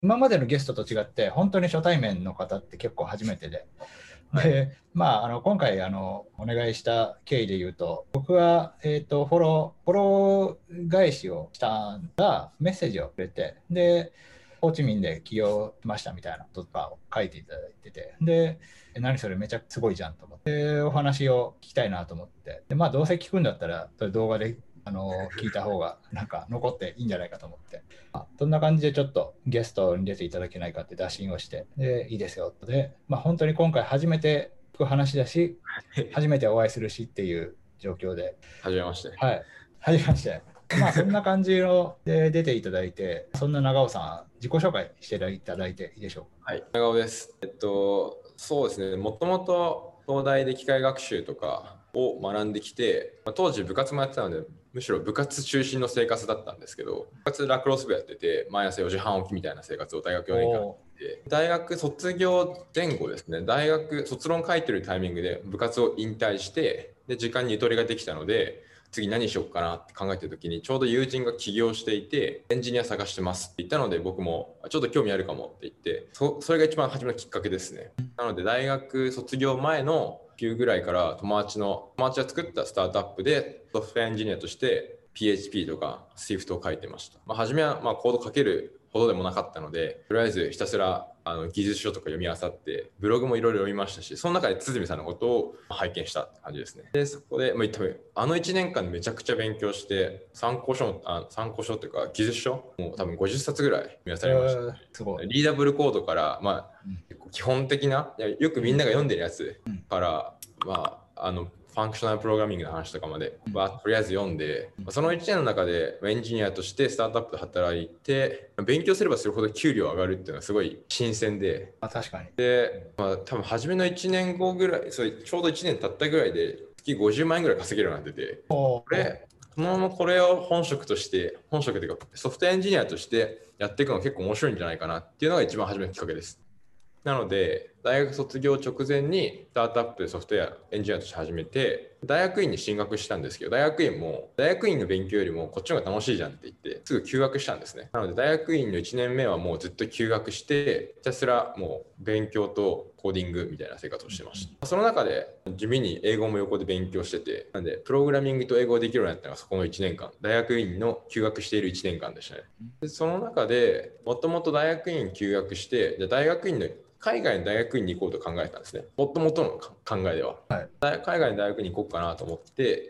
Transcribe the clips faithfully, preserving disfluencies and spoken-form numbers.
今までのゲストと違って、本当に初対面の方って結構初めてで、 はい、 で、まあ、あの今回あのお願いした経緯で言うと、僕は、えーと、フォロー、フォロー返しをしたら、メッセージをくれて、で、ホーチミンで起業しましたみたいなこととかを書いていただいてて、で、え何それめちゃすごいじゃんと思って、でお話を聞きたいなと思って、でまあ、どうせ聞くんだったら、それ動画であの聞いた方がなんか残っていいんじゃないかと思って、まあ、そんな感じでちょっとゲストに出ていただけないかって打診をして、でいいですよで、まあ、本当に今回初めて聞く話だし、初めてお会いするしっていう状況で、 はじめまして。 はい、はじめまして。まあそんな感じので出ていただいて、そんな長尾さん、自己紹介していただいていいでしょうか。 はい、長尾です。えっと、そうですね、もともと東大で機械学習とかを学んできて、まあ当時部活もやってたので、むしろ部活中心の生活だったんですけど、部活ラクロス部やってて、毎朝よじはん起きみたいな生活を大学よねんかんやおってて、大学卒業前後ですね、大学卒論書いてるタイミングで部活を引退して、で時間にゆとりができたので、次何しようかなって考えてる時にちょうど友人が起業していてエンジニア探してますって言ったので僕もちょっと興味あるかもって言って、 そ, それが一番初めのきっかけですね。なので大学卒業前の冬ぐらいから友達の友達が作ったスタートアップでソフトウェアエンジニアとして ピーエイチピー とか Swift を書いてました。まあ、初めはまあコード書けるほどでもなかったので、とりあえずひたすらあの技術書とか読み漁ってブログもいろいろ読みましたし、その中で堤さんのことを拝見したって感じですね。でそこで、まあ、多分あのいちねんかんでめちゃくちゃ勉強して参考書もあ参考書というか技術書もう多分ごじゅっさつぐらい読み漁りました、 えー、すごい。 リーダブルコードから、まあ、 うん基本的な、よくみんなが読んでるやつうんから、まあ、あのファンクショナルプログラミングの話とかまで、 うんまあ、とりあえず読んで、そのいちねんの中でエンジニアとしてスタートアップで働いて、勉強すればするほど給料上がるっていうのはすごい新鮮で、 あ、確かに。 で、まあ、多分初めのいちねんごぐらい、それちょうどいちねん経ったぐらいで、月ごじゅうまん円ぐらい稼げるようになってて、これ、このままこれを本職として、本職というかソフトエンジニアとしてやっていくのが結構面白いんじゃないかなっていうのが一番初めのきっかけです。なので、大学卒業直前にスタートアップでソフトウェアエンジニアとして始めて、大学院に進学したんですけど、大学院も、大学院の勉強よりもこっちの方が楽しいじゃんって言って、すぐ休学したんですね。なので、大学院のいちねんめはもうずっと休学して、ひたすらもう勉強とコーディングみたいな生活をしてました。その中で、地味に英語も横で勉強してて、なんで、プログラミングと英語ができるようになったのがそこのいちねんかん、大学院の休学しているいちねんかんでしたね。でその中で、もともと大学院休学して、じゃ大学院の海外の大学院に行こうと考えたんですね。もともとの考えでは。 はい。 海外の大学に行こうかなと思って、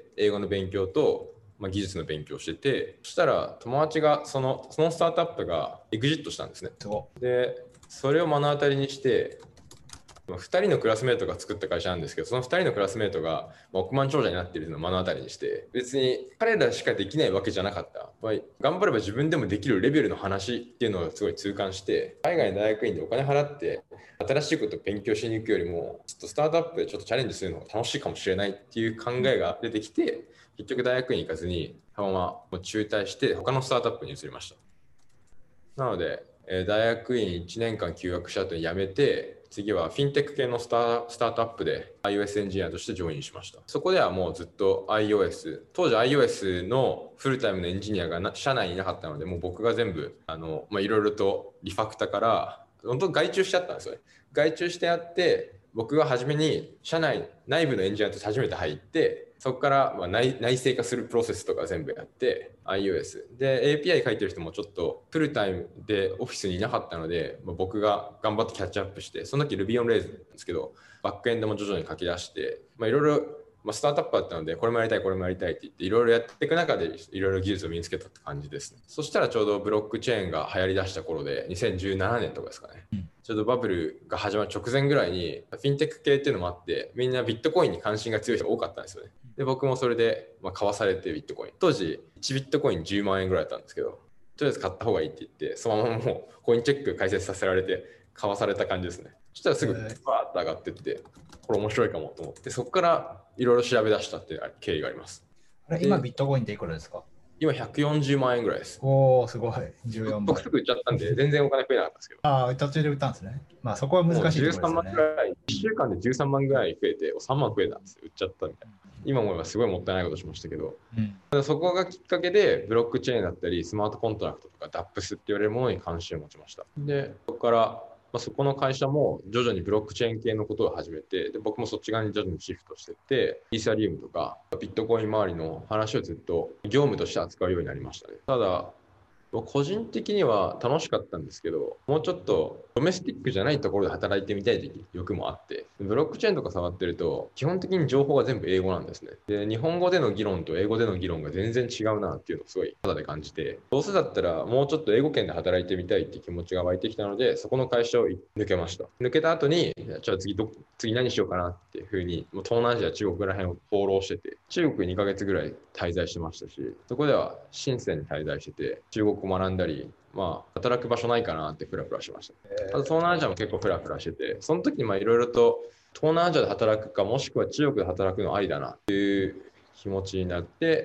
英語の勉強と、まあ、技術の勉強をしてて、そしたら友達がその、そのスタートアップがエグジットしたんですね。 すごで、それを目の当たりにして、ふたりのクラスメートが作った会社なんですけど、そのふたりのクラスメートが億万長者になっているのを目の当たりにして、別に彼らしかできないわけじゃなかった。まあ、頑張れば自分でもできるレベルの話っていうのをすごい痛感して、海外の大学院でお金払って新しいことを勉強しに行くよりも、ちょっとスタートアップでちょっとチャレンジするのが楽しいかもしれないっていう考えが出てきて、結局大学院行かずに、そのままもう中退して他のスタートアップに移りました。なので、大学院いちねんかん休学した後に辞めて、次はフィンテック系のスター、スタートアップで iOS エンジニアとしてジョインしました。そこではもうずっと iOS、当時 iOS のフルタイムのエンジニアが社内にいなかったので、もう僕が全部、あの、まあ、いろいろとリファクタから、本当外注しちゃったんですよね。外注してやって、僕が初めに社内、内部のエンジニアとして初めて入って、そこからまあ 内, 内製化するプロセスとか全部やって、iOS。で、エーピーアイ 書いてる人もちょっとフルタイムでオフィスにいなかったので、まあ、僕が頑張ってキャッチアップして、その時 Ruby on Rails なんですけど、バックエンドも徐々に書き出して、まあ、いろいろ、まあ、スタートアップだったので、これもやりたい、これもやりたいって言って、いろいろやっていく中で、いろいろ技術を身につけたって感じですね。そしたらちょうどブロックチェーンが流行り出した頃で、にせんじゅうななねんとかですかね。うん、ちょうどバブルが始まる直前ぐらいに、フィンテック系っていうのもあって、みんなビットコインに関心が強い人が多かったんですよね。で、僕もそれで、まあ、買わされてビットコイン。当時、いちビットコインじゅうまん円ぐらいだったんですけど、とりあえず買った方がいいって言って、そのままもうコインチェック解説させられて、買わされた感じですね。そしたらすぐバーッと上がってって、これ面白いかもと思って、そこからいろいろ調べ出したっていう経緯があります。 あれ今ビットコインっていくらですか？ 今ひゃくよんじゅうまん円ぐらいです。 おお、すごい。じゅうよんばい。 僕すぐ売っちゃったんで、全然お金増えなかったんですけど。 ああ、途中で売ったんですね。まあそこは難しいところですよね。 じゅうさんまんぐらい、いっしゅうかんでじゅうさんまんぐらい増えて、さんまん増えたんですよ。売っちゃったみたいな。 今思えばすごいもったいないことしましたけど、 うん、 ただそこがきっかけでブロックチェーンだったりスマートコントラクトとか ダップス って言われるものに関心を持ちました。でそこから、まあ、そこの会社も徐々にブロックチェーン系のことを始めて、で僕もそっち側に徐々にシフトしていって、イーサリウムとかビットコイン周りの話をずっと業務として扱うようになりましたね。ただ個人的には楽しかったんですけど、もうちょっとドメスティックじゃないところで働いてみたいという欲もあって、ブロックチェーンとか触ってると、基本的に情報が全部英語なんですね。で、日本語での議論と英語での議論が全然違うなっていうのをすごい肌で感じて、どうせだったらもうちょっと英語圏で働いてみたいっていう気持ちが湧いてきたので、そこの会社を抜けました。抜けた後に、じゃあ次ど、次何しようかなっていうふうに、もう東南アジア、中国ら辺を放浪してて、中国ににかげつぐらい滞在してましたし、そこでは深センに滞在してて、中国語学んだり、まあ、働く場所ないかなってフラフラしました。あと東南アジアも結構フラフラしてて、その時にいろいろと東南アジアで働くか、もしくは中国で働くのありだなっていう気持ちになって、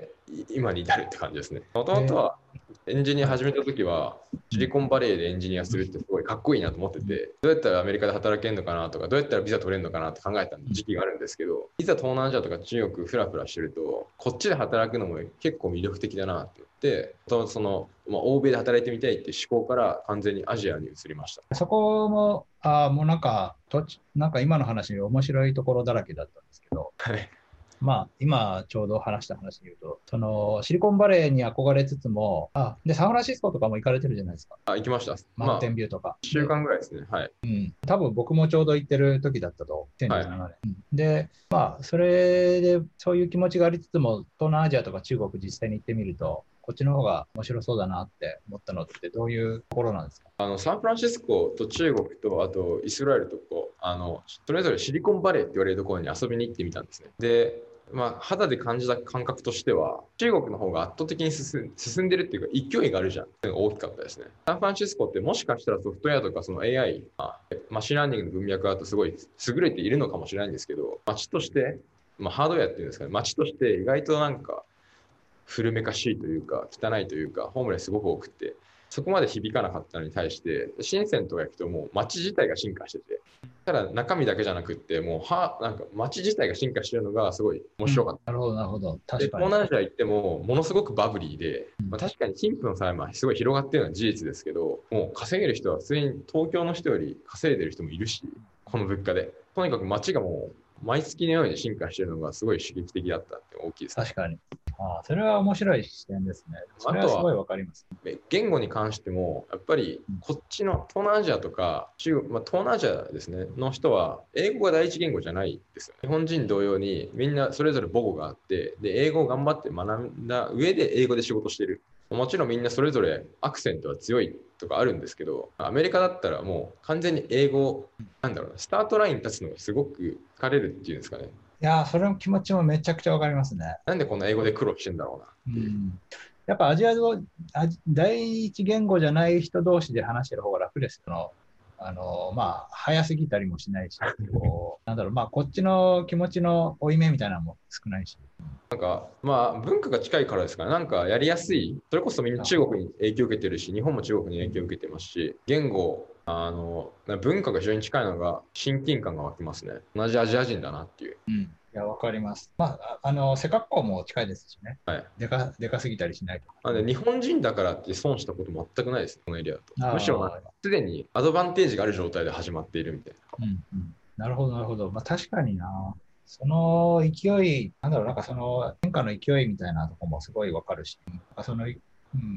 今に至るって感じですね。もともとはエンジニア始めた時は、シリコンバレーでエンジニアするってすごいかっこいいなと思ってて、どうやったらアメリカで働けるのかなとか、どうやったらビザ取れるのかなって考えた時期があるんですけど、いざ東南アジアとか中国フラフラしてると、こっちで働くのも結構魅力的だなって言って、その、まあ、欧米で働いてみたいっていう思考から完全にアジアに移りました。 そこも、あもうなんか、となんか今の話、面白いところだらけだったんですけど、 はい。 まあ、今ちょうど話した話で言うと、そのシリコンバレーに憧れつつも、あ、で、サンフランシスコとかも行かれてるじゃないですか。 あ、行きました。 マウンテまあ、 ンビューとか。 いっしゅうかんぐらいですね。はい。 うん、多分僕もちょうど行ってる時だったと、 はい。 にせんじゅうななねん。うんで、まあ、それでそういう気持ちがありつつも、東南アジアとか中国実際に行ってみると、こっちの方が面白そうだなって思ったのってどういうところなんですか？ あのサンフランシスコと中国とあとイスラエルとこうあのそれぞれシリコンバレーって言われるところに遊びに行ってみたんですね。で、まあ、肌で感じた感覚としては中国の方が圧倒的に進進んでるっていうか勢いがあるじゃんっていうのが大きかったですね。サンフランシスコってもしかしたらソフトウェアとかその エーアイ、まあ、マシンラーニングの文脈だとすごい優れているのかもしれないんですけど、街として、まあ、ハードウェアっていうんですかね、街として意外となんか古めかしいというか汚いというかホームレスすごく多くて、そこまで響かなかったのに対して深センとか行くともう街自体が進化してて、ただ中身だけじゃなくってもうはなんか街自体が進化してるのがすごい面白かった、 うん、なるほど、なるほど。 で確かに。 東南アジア行ってもものすごくバブリーで、 うんまあ、確かに貧富の差はすごい広がってるのは事実ですけど、もう稼げる人は普通に東京の人より稼いでる人もいるし、この物価でとにかく街がもう毎月のように進化してるのがすごい刺激的だったって大きいですね。 確かに。ああ、それは面白い視点ですね。それはすごいわかります。 言語に関してもやっぱりこっちの東南アジアとか中国、まあ、東南アジアですねの人は英語が第一言語じゃないですよね。日本人同様にみんなそれぞれ母語があってで英語を頑張って学んだ上で英語で仕事してる。もちろんみんなそれぞれアクセントは強いとかあるんですけど、アメリカだったらもう完全に英語なんだろうな、スタートラインに立つのがすごく疲れるっていうんですかね。 いやー、それの気持ちもめちゃくちゃわかりますね。 なんでこんな英語で苦労してんだろうなっていう。 うん、やっぱアジア語、アジ第一言語じゃない人同士で話してる方が楽ですよ。あの、まあ、早すぎたりもしないし、こう、なんだろう、まあ、こっちの気持ちの負い目みたいなのも少ないし。 なんか、まあ、文化が近いからですかね。なんか、やりやすい。それこそみんな中国に影響を受けてるし、日本も中国に影響を受けてますし、言語、あの、文化が非常に近いのが親近感が湧きますね。同じアジア人だなっていう。 うん。いや、わかります。まあ、あの、背格好も近いですしね。 はい。 でか、でかすぎたりしないと。 なので、日本人だからって損したこと全くないです、このエリアだと。むしろ、 あすでにアドバンテージがある状態で始まっているみたいな。 うんうん、なるほど、なるほど。まあ、確かにな。その勢い、なんだろう、なんかその変化の勢いみたいなところもすごいわかるし、その、うん、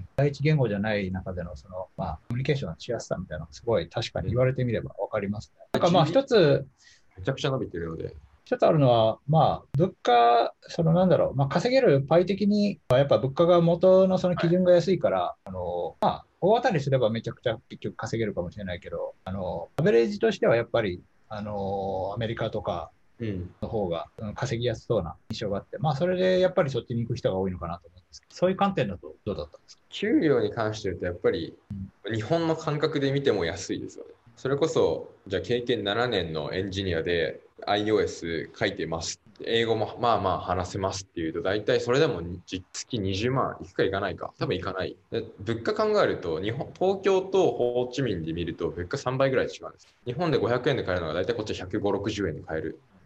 第一言語じゃない中でのその、まあ、コミュニケーションのしやすさみたいなのがすごい確かに言われてみればわかりますね。なんかまあ一つ、 めちゃくちゃ伸びてるので。 一つあるのは、まあ、物価、そのなんだろう、まあ、稼げるパイ的に、やっぱ物価が元のその基準が安いから、あの、まあ、大当たりすればめちゃくちゃ結局稼げるかもしれないけど、あの、アベレージとしてはやっぱり、あの、アメリカとか、の方が稼ぎやすそうな印象があって、まあ、それでやっぱりそっちに行く人が多いのかなと思うんですけど、そういう観点だとどうだったんですか？ 給料に関して言うと、やっぱり日本の感覚で見ても安いですよね。それこそ、じゃあ経験ななねんのエンジニアで iOS 書いてます。英語もまあまあ話せますっていうと、大体それでも月にじゅうまんいくかいかないか。多分いかない。で物価考えると日本、東京とホーチミンで見ると物価さんばいぐらい違うんです。日本でごひゃくえんで買えるのが大体こっちひゃくごじゅう、ろくじゅうえんで買える。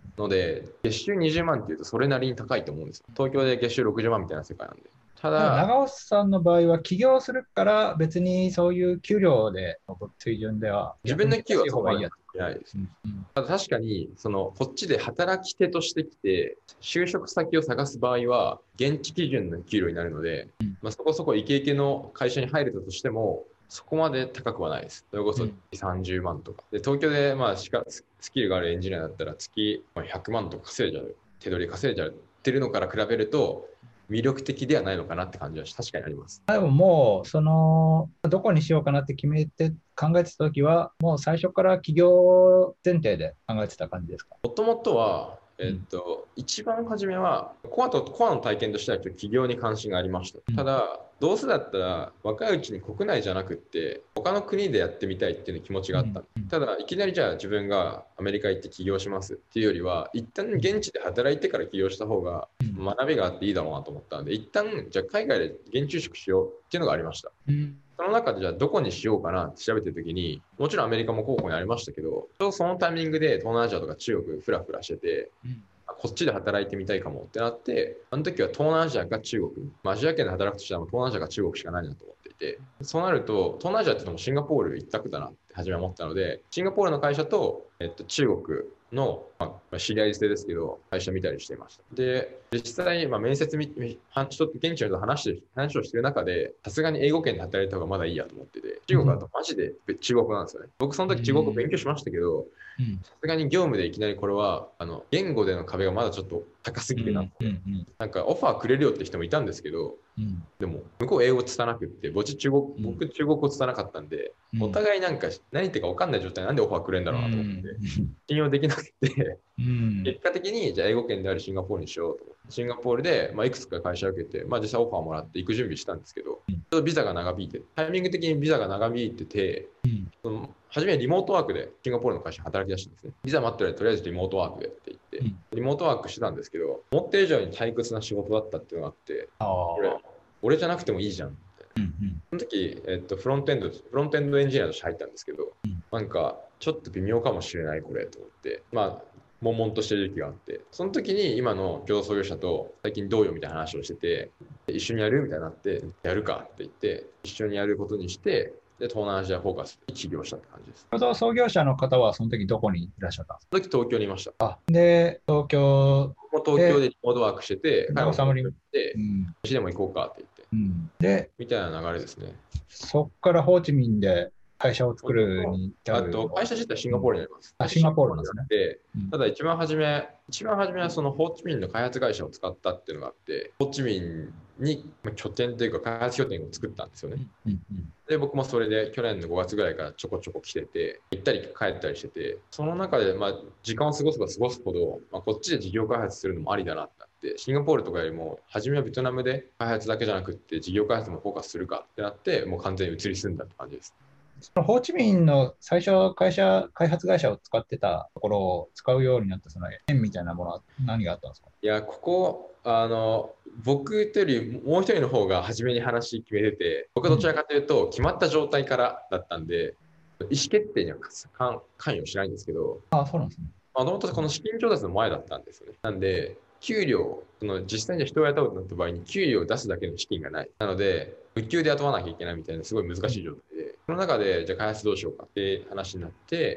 ので、月収にじゅうまんっていうとそれなりに高いと思うんですよ。東京で月収ろくじゅうまんみたいな世界なんで。ただ、 長尾さんの場合は起業するから別にそういう給料での水準では自分の給与はそこまで方がいいやつ。 ないです。 うんうんただ確かに、その、こっちで働き手としてきて、就職先を探す場合は、現地基準の給料になるので、 うんまあ、そこそこイケイケの会社に入れたとしても、そこまで高くはないです。それこそうんさんじゅうまんとか。で、東京でまあしかススキルがあるエンジニアだったら月まあひゃくまんとか稼いじゃう、手取り稼いじゃってるのから比べると、魅力的ではないのかなって感じは確かにあります。 でももう、その、どこにしようかなって決めて考えてたときは、もう最初から起業前提で考えてた感じですか？ もともとは、えっと、一番初めは、コアと、コアの体験としては企業に関心がありました。ただ、どうせだったら若いうちに国内じゃなくって、他の国でやってみたいっていう気持ちがあった。 うんただ、いきなりじゃあ自分がアメリカ行って起業しますっていうよりは、一旦現地で働いてから起業した方がうん学びがあっていいだろうなと思ったので、一旦じゃあ海外で現地就職しようっていうのがありました。 うんその中でじゃあどこにしようかなって調べてるときに、もちろんアメリカも候補にありましたけど、ちょうどそのタイミングで東南アジアとか中国フラフラしてて、 うんあこっちで働いてみたいかもってなって、あの時は東南アジアか中国、まあアジア圏で働くとしたら東南アジアか中国しかないなと思っていて、そうなると、東南アジアっていうのもシンガポール一択だなって初めは思ったので、シンガポールの会社と、えっと、中国の、まあ、知り合い捨てですけど、会社見たりしていました。で、実際、まあ、面接み、はちょっと現地の人と話して、話をしてる中で、さすがに英語圏で働いた方がまだいいやと思ってて、中国だとマジで中国語なんですよね。僕その時中国語勉強しましたけど、 うんさすがに業務でいきなりこれは、あの、言語での壁がまだちょっと高すぎるなって、 うんうんなんかオファーくれるよって人もいたんですけど、 うんでも、向こう英語つたなくって、僕中国、 うん僕中国語つたなかったんで、 うんお互いなんか何言ってるか分かんない状態なんでオファーくれるんだろうなと思って、信用できなくて、 うん結果的にじゃあ英語圏であるシンガポールにしようと思って、シンガポールで、まあ、いくつか会社を受けて、まあ、実際オファーもらって行く準備したんですけど、ちょっとビザが長引いて、タイミング的にビザが長引いてて、 うんその初めリモートワークでシンガポールの会社に働き出したんですね。ビザ待ってるとりあえずリモートワークでって言って、 うんリモートワークしてたんですけど、思った以上に退屈な仕事だったっていうのがあって、 あこれ俺じゃなくてもいいじゃん。 うんうんその時、えっと、フロントエンド、フロントエンドエンジニアとして入ったんですけど、 うんなんか、ちょっと微妙かもしれない、これ、と思って、まあ、悶々としてる時期があって、その時に今の共同創業者と最近どうよみたいな話をしてて、一緒にやるみたいになって、やるかって言って、一緒にやることにして、で、東南アジアフォーカスで起業したって感じです。 共同創業者の方はその時どこにいらっしゃったんですその時東京にいました。 か？あ、で、東京、 僕も東京でリモートワークしてて、 長尾さんもリ行ってう、ん飯でも行こうかって言って、 うん、で、 みたいな流れですね。 そこからホーチミンで会社を作るに至るあと、会社自体はシンガポールにあります。 あシンガポールなんですねでうんただ一番初め、一番初めはそのホーチミンの開発会社を使ったっていうのがあって、ホーチミンに拠点というか開発拠点を作ったんですよね。 うんうんで、僕もそれで去年のごがつぐらいからちょこちょこ来てて、行ったり帰ったりしてて、その中でまあ時間を過ごせば過ごすほど、まあ、こっちで事業開発するのもありだなってなって、シンガポールとかよりも、初めはベトナムで開発だけじゃなくって事業開発もフォーカスするかってなって、もう完全に移り住んだって感じです。 そのホーチミンの最初会社、開発会社を使ってたところを使うようになったその縁みたいなものは何があったんですか？ いや、ここ、あの、僕というよりもう一人の方が初めに話決めてて、僕はどちらかというと、決まった状態からだったんで、意思決定には関関与しないんですけど、 あ、そうなんですね。 もともとこの資金調達の前だったんですよね。なんで、給料、その実際に人を雇うとなった場合に給料を出すだけの資金がない。なので、無給で雇わなきゃいけないみたいなすごい難しい状態で、その中で、じゃあ開発どうしようかって話になって、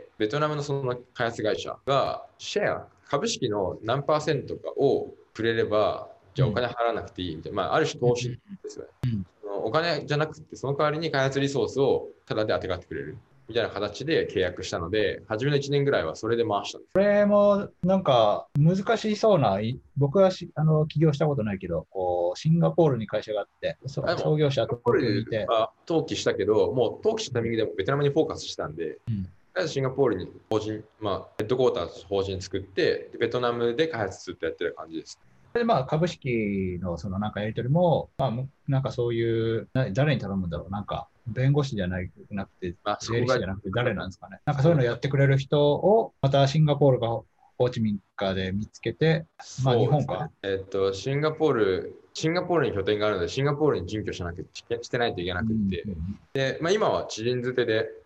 ベトナムのその開発会社がシェア、株式の何パーセントかをくれれば、じゃあお金払わなくていいみたいな、まあ、ある種投資ですよね。 うんそのお金じゃなくて、その代わりに開発リソースをタダで当てがってくれる。みたいな形で契約したので、初めのいちねんぐらいはそれで回したんです。 これもなんか難しそうな、い僕はしあの起業したことないけど、こうシンガポールに会社があって、そあでも創業者とこ東京にいて、 は登記したけど、もう登記したタイミングでもベトナムにフォーカスしたんで、 うんとりあえずシンガポールに法人、まあ、ヘッドクォーターと法人作って、でベトナムで開発するってやってる感じです。 でまあ、株式のそのなんかやり取りも、まあ、むなんかそういう、な誰に頼むんだろう、なんか弁護士じゃないなくて、 まあ税理士じゃなくて誰なんですかね。なんかそういうのやってくれる人を、またシンガポールかホーチミンかで見つけて、まあそうですね日本か。 えっと、シンガポール、シンガポールに拠点があるので、シンガポールに準拠しなくしてないといけなくて、 うんで、まあ、今は知人づてで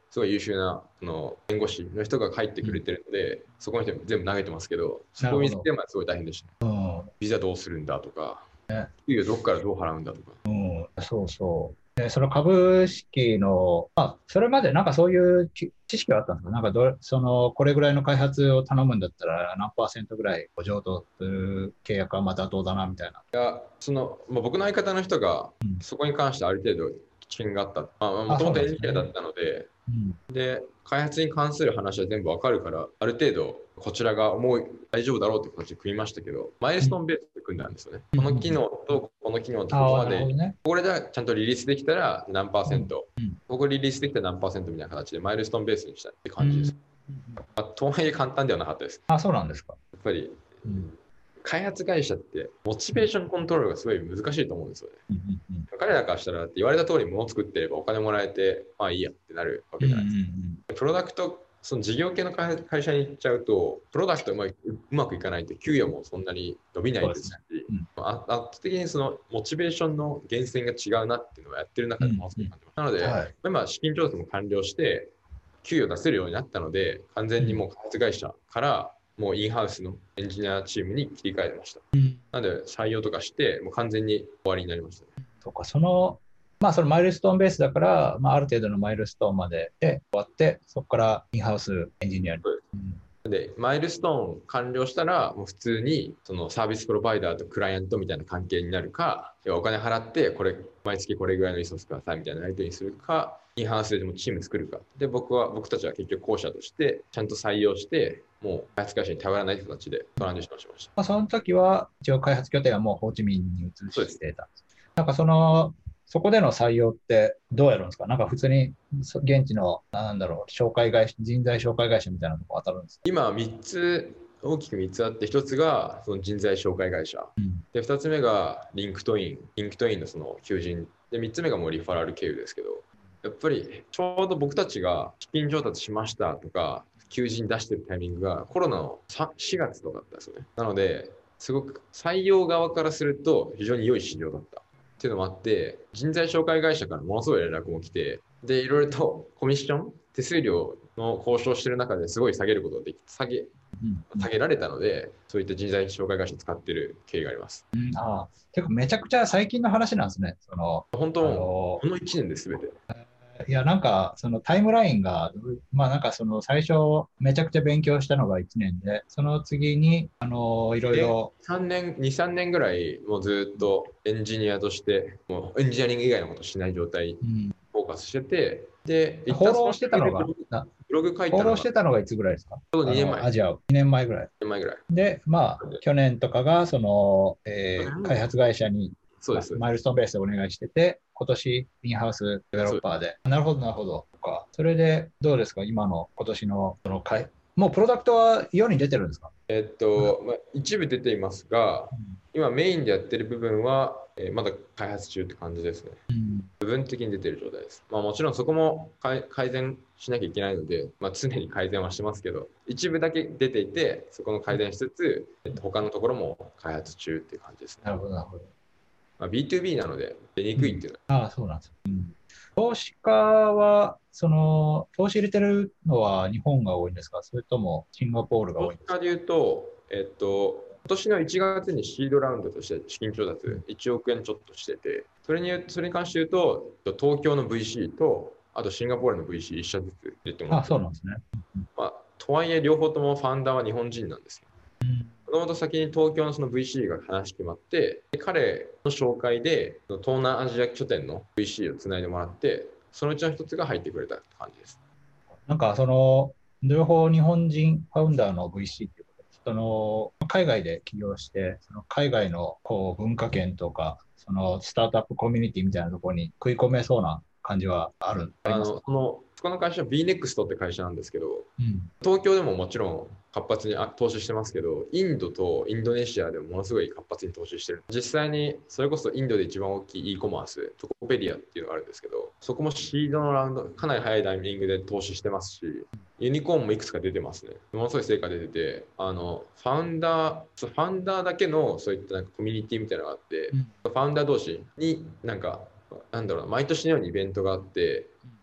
すごい優秀なあの弁護士の人が入ってくれてるので、うん、そこの人全部投げてますけど、そこを見つけるのはすごい大変でした。ビザどうするんだとか、給与どこからどう払うんだとか。 うん、そうそう。で、その株式の、まあ、それまでなんかそういう知識はあったんですか？なんかど、その、これぐらいの開発を頼むんだったら何パーセントぐらい補助とする契約はまたどうだなみたいな。 いや、その、まあ、僕の相方の人が、そこに関してある程度知見があった。もともとエンジニアだったので、で、開発に関する話は全部わかるから、ある程度こちらが思う大丈夫だろうって形で組みましたけど、マイルストーンベースで組んだんですよね。この機能とこの機能とここまで、ね、これでちゃんとリリースできたら何パーセント、うんうん、ここリリースできたら何パーセントみたいな形でマイルストーンベースにしたって感じです。うんうんまあ、とはいえ簡単ではなかったです。 あ、そうなんですか。 やっぱり、うん開発会社ってモチベーションコントロールがすごい難しいと思うんですよね。うんうんうん、彼らからしたら言われた通り物を作ってればお金もらえてまあいいやってなるわけじゃないですか。うんうんうん、プロダクト、その事業系の会社に行っちゃうとプロダクトうまくうまくいかないと給与もそんなに伸びないですし、う、ねうん、圧倒的にそのモチベーションの源泉が違うなっていうのをやってる中でもすごい感じます。なので、はい、今資金調達も完了して給与出せるようになったので完全にもう開発会社からもうインハウスのエンジニアチームに切り替えました。うん、なので採用とかして、もう完全に終わりになりました、ね。 そうか、その、まあそのマイルストーンベースだから、まあある程度のマイルストーンまでで終わって、そこからインハウスエンジニアに。 うん、で、マイルストーン完了したら、もう普通にそのサービスプロバイダーとクライアントみたいな関係になるか、お金払って、これ、毎月これぐらいのリソースくださいみたいなやり取りにするか、インハウスでもチーム作るか。で、僕は、僕たちは結局後者として、ちゃんと採用して、もう開発会社に頼らないという形でトランジションしました。 まあ、その時は、一応開発拠点はもうホーチミンに移してたんです。なんかその、そこでの採用ってどうやるんですか？なんか普通に現地の、なんだろう、紹介会社、人材紹介会社みたいなとこ当たるんですか？ 今みっつ、大きくみっつあって、ひとつがその人材紹介会社、うん、でふたつめがリンクトイン、リンクトインのその求人、でみっつめがもうリファラル経由ですけど、やっぱりちょうど僕たちが資金調達しましたとか、求人出してるタイミングがコロナのしがつとかだったんですよね。なので、すごく採用側からすると非常に良い市場だったっていうのもあって、人材紹介会社からものすごい連絡も来て、で、いろいろとコミッション、手数料の交渉してる中ですごい下げることができ、下げ、下げられたので、そういった人材紹介会社を使ってる経緯があります。 うん、ああ、結構めちゃくちゃ最近の話なんですね。その本当、このいちねんですべて。 いや、なんか、そのタイムラインが、まあなんかその最初めちゃくちゃ勉強したのがいちねんで、その次に、あの、いろいろ。 さんねん、に、さんねんぐらい、もうずっとエンジニアとして、もうエンジニアリング以外のことしない状態、フォーカスしてて、で、 フォローしてたのが、ブログ書いたのが、 フォローしてたのがいつぐらいですか？ ちょうどにねんまえ。 アジアを。にねんまえぐらい。 にねんまえぐらい。 で、まあ、去年とかが、その、えー、開発会社に、 そうです、 マイルストーンベースでお願いしてて、今年、インハウスデベロッパーで。なるほど、なるほど。かそれで、どうですか、今の今年のその会、もうプロダクトは世に出てるんですか？ えっと、まあ、一部出ていますが、うん、今メインでやってる部分は、えー、まだ開発中って感じですね。うん、部分的に出てる状態です。まあ、もちろんそこも改善しなきゃいけないので、まあ、常に改善はしてますけど、一部だけ出ていて、そこの改善しつつ、えっと、他のところも開発中っていう感じですね。 なるほど、なるほど。 まあ、ビーツービー なので出にくいっていうのは、うん、ああ、そうなんです、うん。投資家は、その、投資入れてるのは日本が多いんですか？それともシンガポールが多いんですか？ 投資家で言うと、えっと、今年のいちがつにシードラウンドとして資金調達いちおくえんちょっとしてて、それにそれに関して言うと、東京の ブイシー と、あとシンガポールの ブイシーいっ社ずつ入れてもらって。 あ、そうなんですね。 まあ、とはいえ、両方ともファウンダーは日本人なんですよ。もともと先に東京のその ブイシー が話決まって、彼の紹介で東南アジア拠点の ブイシー をつないでもらって、そのうちの一つが入ってくれた感じです。 なんかその両方日本人ファウンダーの ブイシー っていうことで、その海外で起業して、その海外のこう文化圏とか、そのスタートアップコミュニティみたいなところに食い込めそうな感じはあるあのそのそこの会社は ビーネクスト って会社なんですけど、うん、東京でももちろん活発に投資してますけど、インドとインドネシアでもものすごい活発に投資してる。実際にそれこそインドで一番大きい e コマース、トコペディアっていうのがあるんですけど、そこもシードのラウンド、かなり早いタイミングで投資してますし、ユニコーンもいくつか出てますね。ものすごい成果出てて、あのファウンダー、ファウンダーだけのそういったなんかコミュニティみたいなのがあって、うん、ファウンダー同士になんか、なんだろうな、毎年のようにイベントがあって、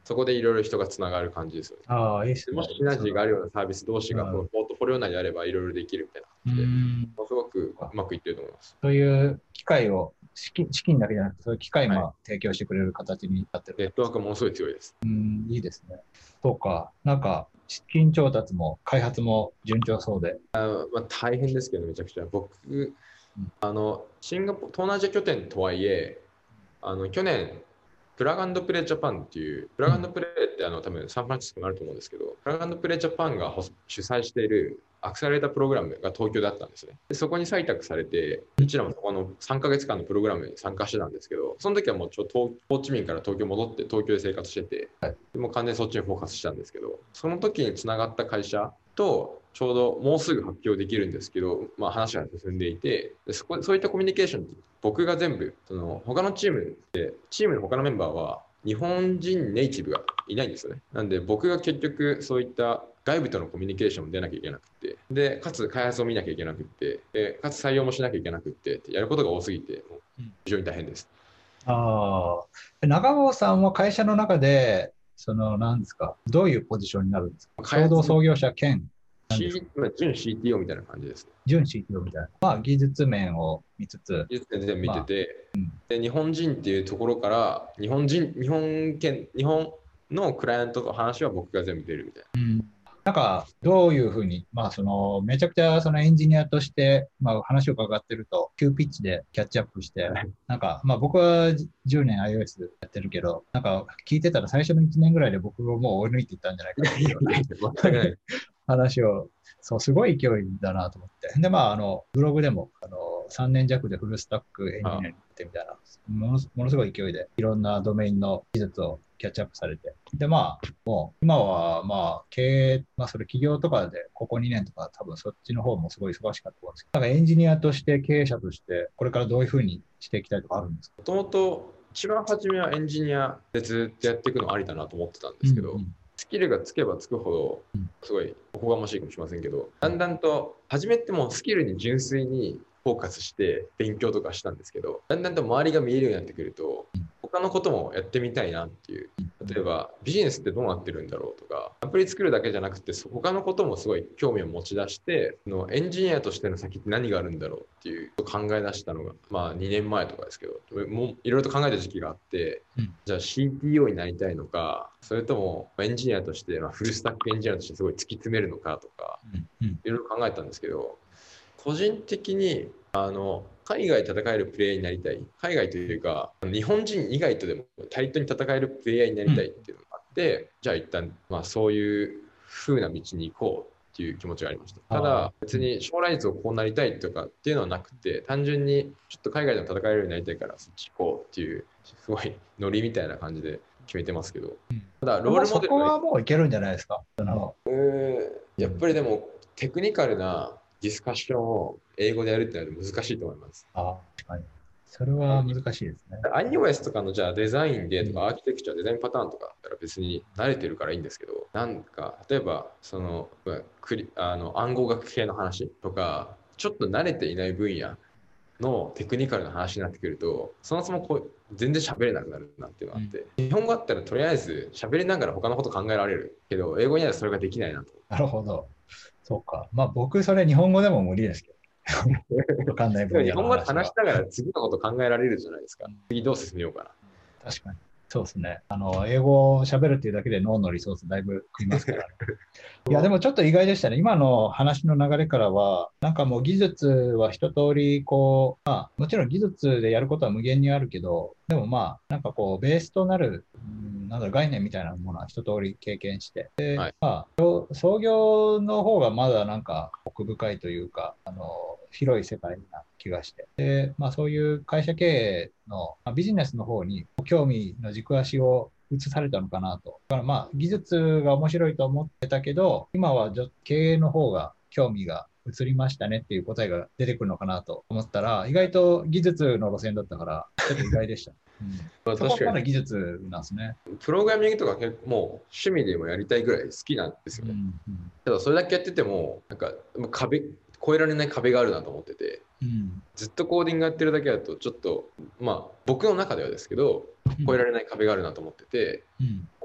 そこでいろいろ人がつながる感じですよね。 ああ、いいっすね。 もしシナジーがあるようなサービス同士がうんこのポートフォリオ内であればいろいろできるみたいなう感じで、 ん。 ものすごくうまくいってると思います。 そういう機会を、資金、資金だけじゃなくて、そういう機会はいも提供してくれる形になってる。 ネットワークはものすごい強いです。 うん、いいですね。そうか。なんか、資金調達も開発も順調そうで。 あまあ、大変ですけど、めちゃくちゃ。僕、あのシンガポール、東南アジア拠点とはいえ、あの去年、プラグプレイジャパンっていう、プラグプレイってあの多分サンフランシスコにあると思うんですけど、プラグプレイジャパンが主催しているアクセラレータープログラムが東京だったんですね。でそこに採択されて、うちらもそこのさんかげつかんのプログラムに参加してたんですけど、その時はもうちょっとホーチミンから東京戻って東京で生活してて、でもう完全にそっちにフォーカスしたんですけど、その時につながった会社とちょうどもうすぐ発表できるんですけど、まあ、話が進んでいて、でそこそういったコミュニケーション僕が全部その他のチームでチームの他のメンバーは日本人ネイティブがいないんですよね。なんで僕が結局そういった外部とのコミュニケーションも出なきゃいけなくて、でかつ開発を見なきゃいけなくて、でかつ採用もしなきゃいけなくて、やることが多すぎてもう非常に大変です。 うん、ああ、長尾さんは会社の中でその何ですか、どういうポジションになるんですか。共同創業者兼 C、準 シーティーオー みたいな感じです。 準 シーティーオー みたいな。まあ、技術面を見つつ。 技術面全部見てて、 まあうん、 で、日本人っていうところから、日本人、日本圏、日本のクライアントと話は僕が全部出るみたいな。 うんなんか、どういうふうに、まあ、その、めちゃくちゃ、そのエンジニアとして、まあ、話を伺ってると、急ピッチでキャッチアップして、なんか、まあ、僕はじゅうねん iOS やってるけど、なんか、聞いてたら最初のいちねんぐらいで僕をもう追い抜いていったんじゃないかっていう話を、そう、すごい勢いだなと思って。で、まあ、あの、ブログでも、あの、さんねん弱でフルスタックエンジニアになってみたいな、もの、ものすごい勢いで、いろんなドメインの技術をキャッチアップされて。で、まあ、もう、今は、まあ、経営、まあ、それ企業とかで、ここにねんとか、多分そっちの方もすごい忙しかったと思うんですけど、なんかエンジニアとして、経営者として、これからどういうふうにしていきたいとかあるんですか。 もともと、一番初めはエンジニアでずっとやっていくのありだなと思ってたんですけど、うんうん、スキルがつけばつくほど、すごいおこがましいかもしれませんけど、だんだんと、初めてもスキルに純粋にフォーカスして勉強とかしたんですけど、だんだんと周りが見えるようになってくると、他のこともやってみたいなっていう。例えばビジネスってどうなってるんだろうとか、アプリ作るだけじゃなくて他のこともすごい興味を持ち出して、のエンジニアとしての先って何があるんだろうっていう考え出したのが、まあにねんまえとかですけど、もういろいろと考えた時期があって、うん、じゃあ シーティーオー になりたいのか、それともエンジニアとして、まあ、フルスタックエンジニアとしてすごい突き詰めるのかとか、いろいろ考えたんですけど、個人的にあの海外で戦えるプレイヤーになりたい。海外というか、日本人以外とでも対等に戦えるプレイヤーになりたいっていうのがあって、うん、じゃあ一旦、まあ、そういう風な道に行こうっていう気持ちがありました。ただ、別に将来像こうなりたいとかっていうのはなくて、単純にちょっと海外でも戦えるようになりたいからそっち行こうっていう、すごいノリみたいな感じで決めてますけど。 うん、ただ、ロールモデル。そこはもういけるんじゃないですか。あのやっぱりでも、テクニカルなディスカッションを英語でやるってのは難しいと思います。 ああ、はい。それは難しいですね。 iOS とかのじゃあデザインでとか、アーキテクチャ、デザインパターンとかだったら別に慣れてるからいいんですけど、なんか例えばそのクリあの暗号学系の話とか、ちょっと慣れていない分野のテクニカルな話になってくると、そもそもこう全然喋れなくなるなっていうのがあって、うん、日本語だったらとりあえず喋りながら他のこと考えられるけど、英語にはそれができないなと。 なるほど。そうか。まあ僕、それ日本語でも無理ですけど。わかんない分野の話は。 日本語で話しながら次のこと考えられるじゃないですか。うん、次どう進めようかな。 確かに。そうですね。あの、英語を喋るっていうだけで脳のリソースだいぶ食いますからね。いや、でもちょっと意外でしたね。今の話の流れからは、なんかもう技術は一通り、こう、まあ、もちろん技術でやることは無限にあるけど、でもまあ、なんかこう、ベースとなる、うん、なんだろう、概念みたいなものは一通り経験して、で、はい、まあ、創業の方がまだなんか奥深いというか、あの、広い世界な気がして。で、まあそういう会社経営の、まあ、ビジネスの方に興味の軸足を移されたのかなと。だからまあ技術が面白いと思ってたけど、今は経営の方が興味が移りましたねっていう答えが出てくるのかなと思ったら、意外と技術の路線だったから、ちょっと意外でした。うん、そこはまだ技術なんですね。 プログラミングとか結構もう趣味でもやりたいぐらい好きなんですよね。うんうん、ただそれだけやってても、なんか壁、越えられない壁があるなと思ってて、うん、ずっとコーディングやってるだけだとちょっとまあ僕の中ではですけど超えられない壁があるなと思ってて、うん、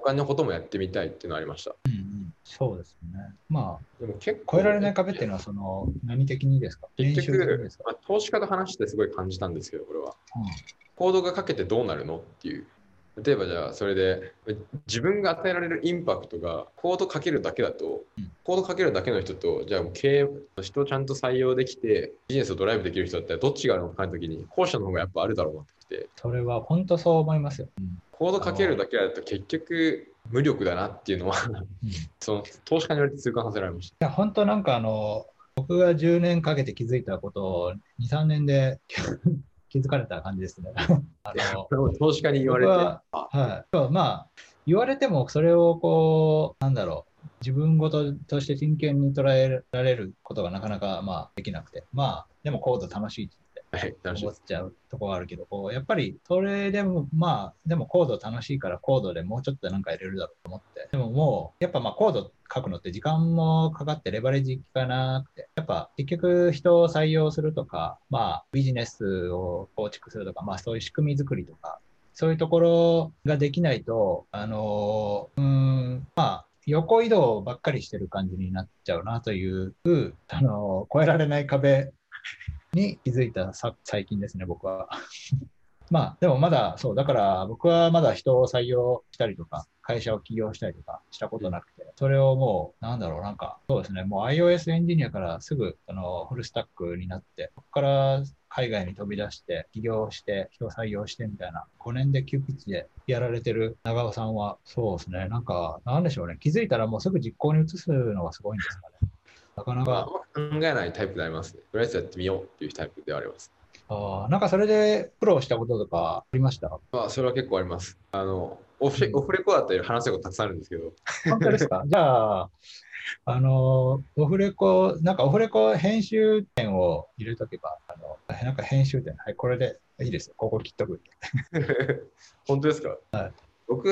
他のこともやってみたいっていうのはありました。 うんうん、そうですね。まあ、 でも結構超えられない壁っていうのは、その、何的にですか？ 結練習的にで局、 すか？ まあ、投資家と話してすごい感じたんですけど、これは。 うんコードがかけてどうなるのっていう。例えばじゃあそれで自分が与えられるインパクトがコードかけるだけだと、 うんコードかけるだけの人とじゃあ経営の人をちゃんと採用できてビジネスをドライブできる人だったらどっちがあるのか考えた時に後者の方がやっぱあるだろうなってきて、 それは本当そう思いますよ。うん、 コードかけるあの、 だけだと結局無力だなっていうのはうん、いその投資家に言われて痛感させられました。 や、本当なんかあの、僕がじゅうねんかけて気づいたことをに、さんねんで気づかれた感じですね。あの、 投資家に言われて、 僕は、はい。まあ、言われても、それをこう、なんだろう、自分事として真剣に捉えられることがなかなか、まあ、できなくて、まあ、でもコード楽しいってはい、楽しいです。 思っちゃうところがあるけど、こう、やっぱり、それでも、まあ、でもコード楽しいからコードでもうちょっとなんか入れるだろうと思って、でももう、やっぱまあ、コード書くのって時間もかかってレバレッジ効かなくて、やっぱ結局人を採用するとか、まあ、ビジネスを構築するとか、まあ、そういう仕組み作りとか、そういうところができないと、あの、うーん、まあ、横移動ばっかりしてる感じになっちゃうなという、あの、越えられない壁に気づいたさ最近ですね、僕は。まあ、でもまだ、そう、だから僕はまだ人を採用したりとか、会社を起業したりとかしたことなくて、それをもう、なんだろう、なんか、そうですね、もう iOS エンジニアからすぐ、あの、フルスタックになって、そこから海外に飛び出して、起業して、人を採用してみたいな、ごねんで急ピッチでやられてる長尾さんは、そうですね、なんか、なんでしょうね、気づいたらもうすぐ実行に移すのがすごいんですかね。なかなまあ、あか、 んま考えないタイプでありますね。とりあえずやってみようっていうタイプではあります。 あーなんかそれで苦労したこととかありました？ まあ、それは結構あります。あの、オフレ、 うん、 オフレコだったり話せることたくさんあるんですけど、 本当ですか？じゃあ、あの、オフレコ、なんかオフレコ編集点を入れとけば、あの、なんか編集点、はい、これでいいですよ。ここ切っとく。 本当ですか？ はい。 僕、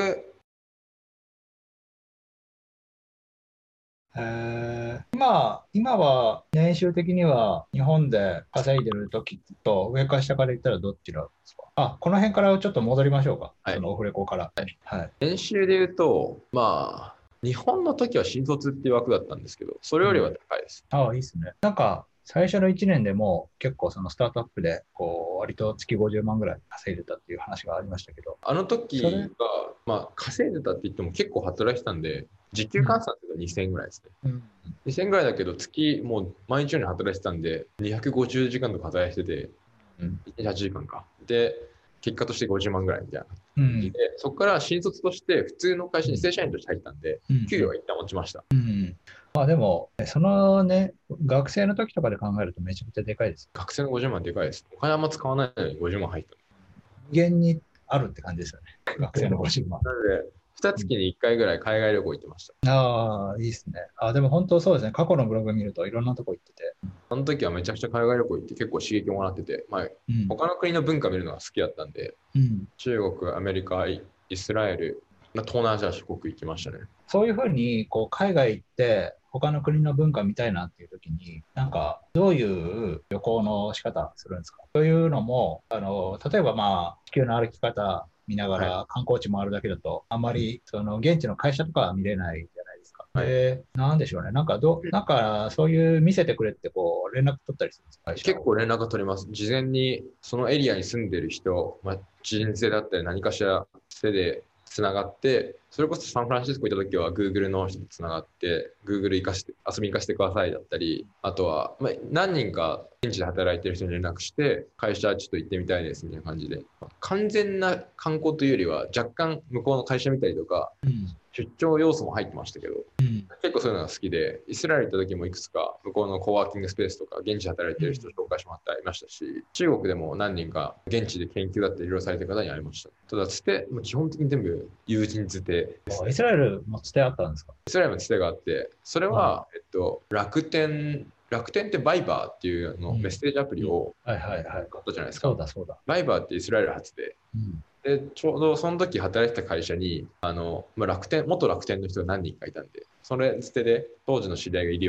えー、今、今は年収的には日本で稼いでる時と上か下から言ったらどっちなんですか？あ、この辺からちょっと戻りましょうか。 はい。 そのオフレコから。 はい。 はい。 練習で言うと、まあ、日本の時は新卒っていう枠だったんですけど、それよりはうん。 高いです。 ああ、いいですね。なんか、最初のいちねんでも結構そのスタートアップで、こう、割と月ごじゅうまんぐらい稼いでたっていう話がありましたけど、 あのそれ、 時が、まあ、稼いでたって言っても結構働いてたんで、時給うん、 換算するとにせんえんぐらいですね。 うん、 にせんえんぐらいだけど、月もう毎日のように働いてたんで、にひゃくごじゅうじかんとか働いてて、 うん、 いちにちはちじかんか。で、結果としてごじゅうまんぐらいみたいなうん、 感じで、そこから新卒として普通の会社に正社員として入ったんで、 うん、 給料は一旦落ちました。 うん。まあでも、そのね、学生の時とかで考えるとめちゃくちゃでかいです。 学生のごじゅうまんでかいです。お金あんま使わないのにごじゅうまん入った。 無限にあるって感じですよね。学生のごじゅうまん。 なので、に月にいっかいぐらい海外旅行行ってました。 ああ、いいですね。あ、でも本当そうですね。過去のブログ見るといろんなとこ行ってて。 あの時はめちゃくちゃ海外旅行行って結構刺激をもらってて、まあ、 うん。 他の国の文化見るのが好きだったんで、 うん。 中国、アメリカ、イイスラエル、まあ東南アジア諸国行きましたね。 そういうふうに、こう、海外行って、他の国の文化見たいなっていう時に、なんか、どういう旅行の仕方するんですか？というのも、あの、例えばまあ、地球の歩き方見ながはい。 ら観光地回るだけだと、あんまり、その、現地の会社とかは見れないじゃないですか。 はい。 で、なんでしょうね。なんか、ど、なんか、そういう見せてくれって、こう、連絡取ったりするんですか？会社を。 結構連絡が取れます。事前にそのエリアに住んでる人、まあ、人生だったり何かしら手でつながって、それこそサンフランシスコ行った時は Google の人とつながって、Google 行かして、遊びに行かせてくださいだったり、あとは、まあ、何人か現地で働いてる人に連絡して、会社ちょっと行ってみたいですみたいな感じで、完全な観光というよりは若干向こうの会社見たりとか、 うん。 出張要素も入ってましたけど、 うん。 結構そういうのが好きで、イスラエル行った時もいくつか向こうのコワーキングスペースとか現地で働いてる人を紹介してもらってありましたし、中国でも何人か現地で研究だったりいろいろされてる方に会いました。ただ、つて、もう基本的に全部友人づてですね。 イスラエルもつてあったんですか？ イスラエルもつてがあって、それはい。 は、えっと、楽天、楽天ってバイバーっていうのうん。 メッセージアプリうん。 をはいはいはい。 買ったじゃないですか。 そうだそうだ。 バイバーってイスラエル発で、 うん。 で、ちょうどその時働いてた会社に、あの、まあ、楽天、元楽天の人が何人かいたんで、それつてで当時の知り合いがいるよって言って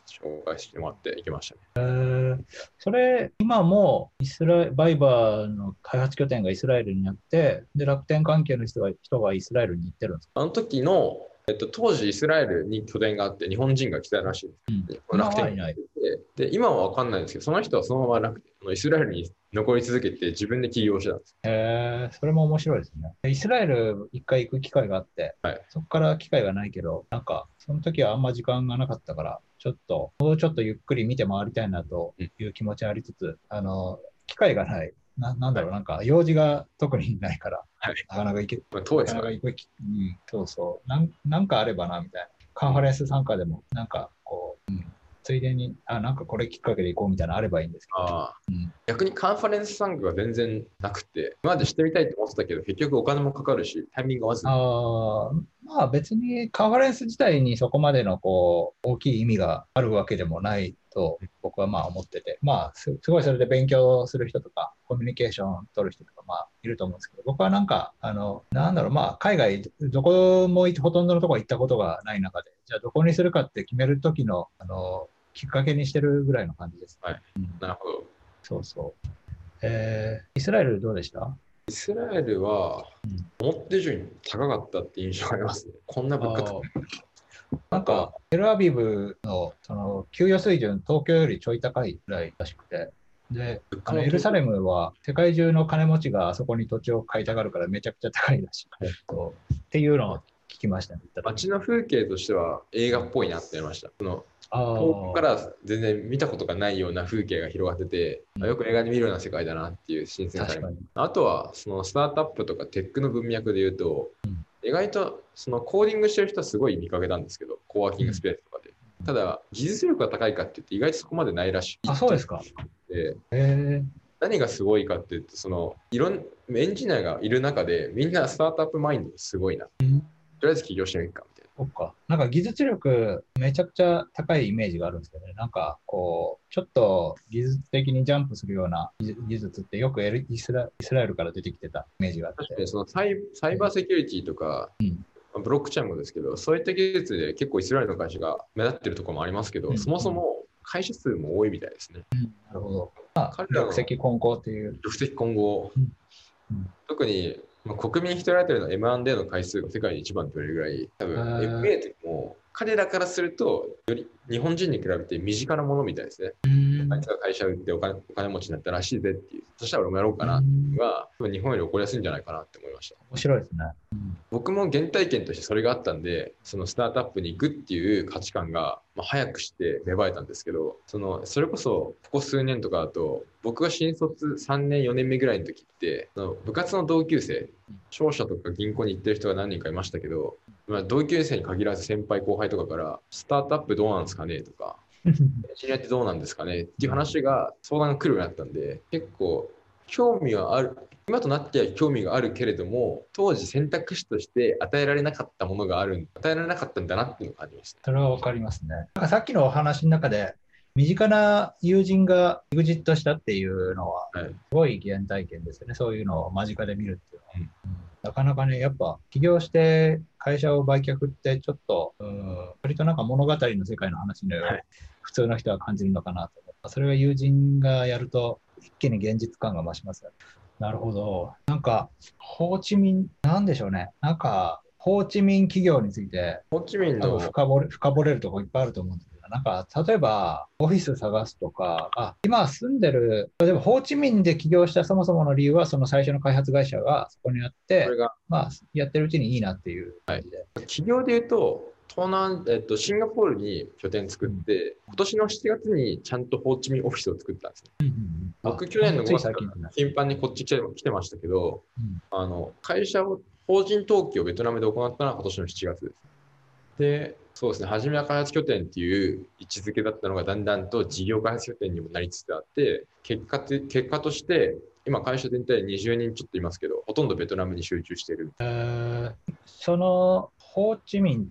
紹介してもらって行きましたね。 えー、それ、今もイスラバイバーの開発拠点がイスラエルにあって、で、楽天関係の人が人がイスラエルに行ってるんですか？ あの時の、えっと、当時イスラエルに拠点があって日本人が来たらしいんですよ。 うん、今楽天はいない。 で、で今は分かんないんですけど、その人はそのまま楽イスラエルに残り続けて自分で起業してたんです。 えー、それも面白いですね。イスラエル一回行く機会があって、 はい、 そこから機会がないけど、なんか、その時はあんま時間がなかったから、ちょっと、もうちょっとゆっくり見て回りたいなという気持ちありつつ、うん、あの、機会がない。な、なんだろう、なんか、用事が特にないから、 はい、 なかなか行け、 まあ、遠いでなかすからね。 なか行くき、うん、そうそう、なん、なんかあればな、みたいな。カンファレンス参加でも、なんか、こう、うん、ついでに、あ、なんかこれきっかけで行こうみたいなのあればいいんですけど、 あうん、 逆にカンファレンス参加が全然なくて、今までしてみたいと思ってたけど、結局お金もかかるし、タイミングが合わず。 ああ、まあ別にカンファレンス自体にそこまでのこう大きい意味があるわけでもないと僕はまあ思ってて、まあす、すごいそれで勉強する人とかコミュニケーション取る人とかまあいると思うんですけど、僕はなんか、あの、なんだろう、まあ海外どこも行ってほとんどのところ行ったことがない中で、じゃあどこにするかって決めるときの、あの、きっかけにしてるぐらいの感じです。 はい、 うん、 なるほど。 そうそう。えー、イスラエルどうでした？ イスラエルは思った以上に高かったって印象がありますね。こんな物価高い。 ああとは、 なんか、テルアビブのその給与水準、東京よりちょい高いぐらいらしくて、で、 物価あのエルサも東京、 レムは世界中の金持ちがあそこに土地を買いたがるからめちゃくちゃ高いらしい。そうっていうのを聞きましたね。行った時街の風景としては映画っぽいなって思いました。そのあ遠くかあ、 ら全然見たことがないような風景が広がってて、 うんよく映画で見るような世界だなっていう新鮮さに。 確かに。 あとは、そのスタートアップとかテックの文脈で言うと、 うん意外とそのコーディングしてる人はすごい見かけたんですけど、コワーキングスペースとかで。ただ、技術力が高いかって言って意外とそこまでないらしい。 あ、そうですか。 で、 へえ、 何がすごいかっていうと、そのいろんエンジニアがいる中で、みんなスタートアップマインドがすごいな。とりあえず起業してみるかみたいな。 そっか。なんか技術力めちゃくちゃ高いイメージがあるんですけどね。なんかこう、ちょっと技術的にジャンプするような技技術ってよくエルイスライスラエルから出てきてたイメージがあって。 確かにそのサイサイバーセキュリティとか、 うんブロックチェーンもですけど、そういった技術で結構イスラエルの会社が目立ってるところもありますけど、 うんそもそも会社数も多いみたいですね。 うんなるほど。まあ、 彼らの玉石混交っていう。 玉石混合、 うんうん特に、まあ、国民一人当たりの エムアンドエー の回数が世界で一番って言われるぐらい、多分へーエムエー ってもう彼らからすると、より日本人に比べて身近なものみたいですね。 うんあいつが会社売ってお金お金持ちになったらしいぜっていう、そしたら俺もやろうかなっていうのが、多分日本より起こりやすいんじゃないかなって思いました。 面白いですね。うん僕も原体験としてそれがあったんで、そのスタートアップに行くっていう価値観が、まあ、早くして芽生えたんですけど、そのそれこそここ数年とかだと、僕が新卒さんねんよねんめぐらいの時って、その部活の同級生、商社とか銀行に行ってる人が何人かいましたけど、まあ、同級生に限らず先輩後輩とかから、スタートアップどうなんですかねとか、エンジニアってどうなんですかねっていう話が相談が来るようになったんで、結構興味はある。今となっては興味があるけれども、当時選択肢として与えられなかったものがある、与えられなかったんだなっていうのを感じました。 それはわかりますね。なんかさっきのお話の中で、身近な友人がエグジットしたっていうのは、 はい、 すごい原体験ですよね。そういうのを間近で見るっていうのは。 うんうんなかなかね、やっぱ起業して会社を売却ってちょっと、うん、割となんか物語の世界の話のように、 はい、 普通の人は感じるのかなと思う。それは友人がやると一気に現実感が増しますよね。なるほど。なんか、ホーチミン、なんでしょうね。なんか、ホーチミン企業について、 ホーチミン多分の深掘れ、深掘れるとこいっぱいあると思うんですけど、なんか、例えば、オフィス探すとか、あ、今住んでる、例えば、ホーチミンで起業したそもそもの理由は、その最初の開発会社がそこにあって、 これがまあ、やってるうちにいいなっていう感じで。 企業で言うと、東南、えっと、シンガポールに拠点作って、今年のしちがつにちゃんとホーチミンオフィスを作ったんですね。 うんうんうん僕、去年のついごがつから最近ですね。 頻繁にこっち来て来てましたけど、 うんあの会社を、法人登記をベトナムで行ったのは今年のしちがつです。で、そうですね、初めは開発拠点っていう位置づけだったのが、だんだんと事業開発拠点にもなりつつあって、結果て結果として、今、会社全体でにじゅうにんちょっといますけど、ほとんどベトナムに集中している。 えーそのホーチミンって、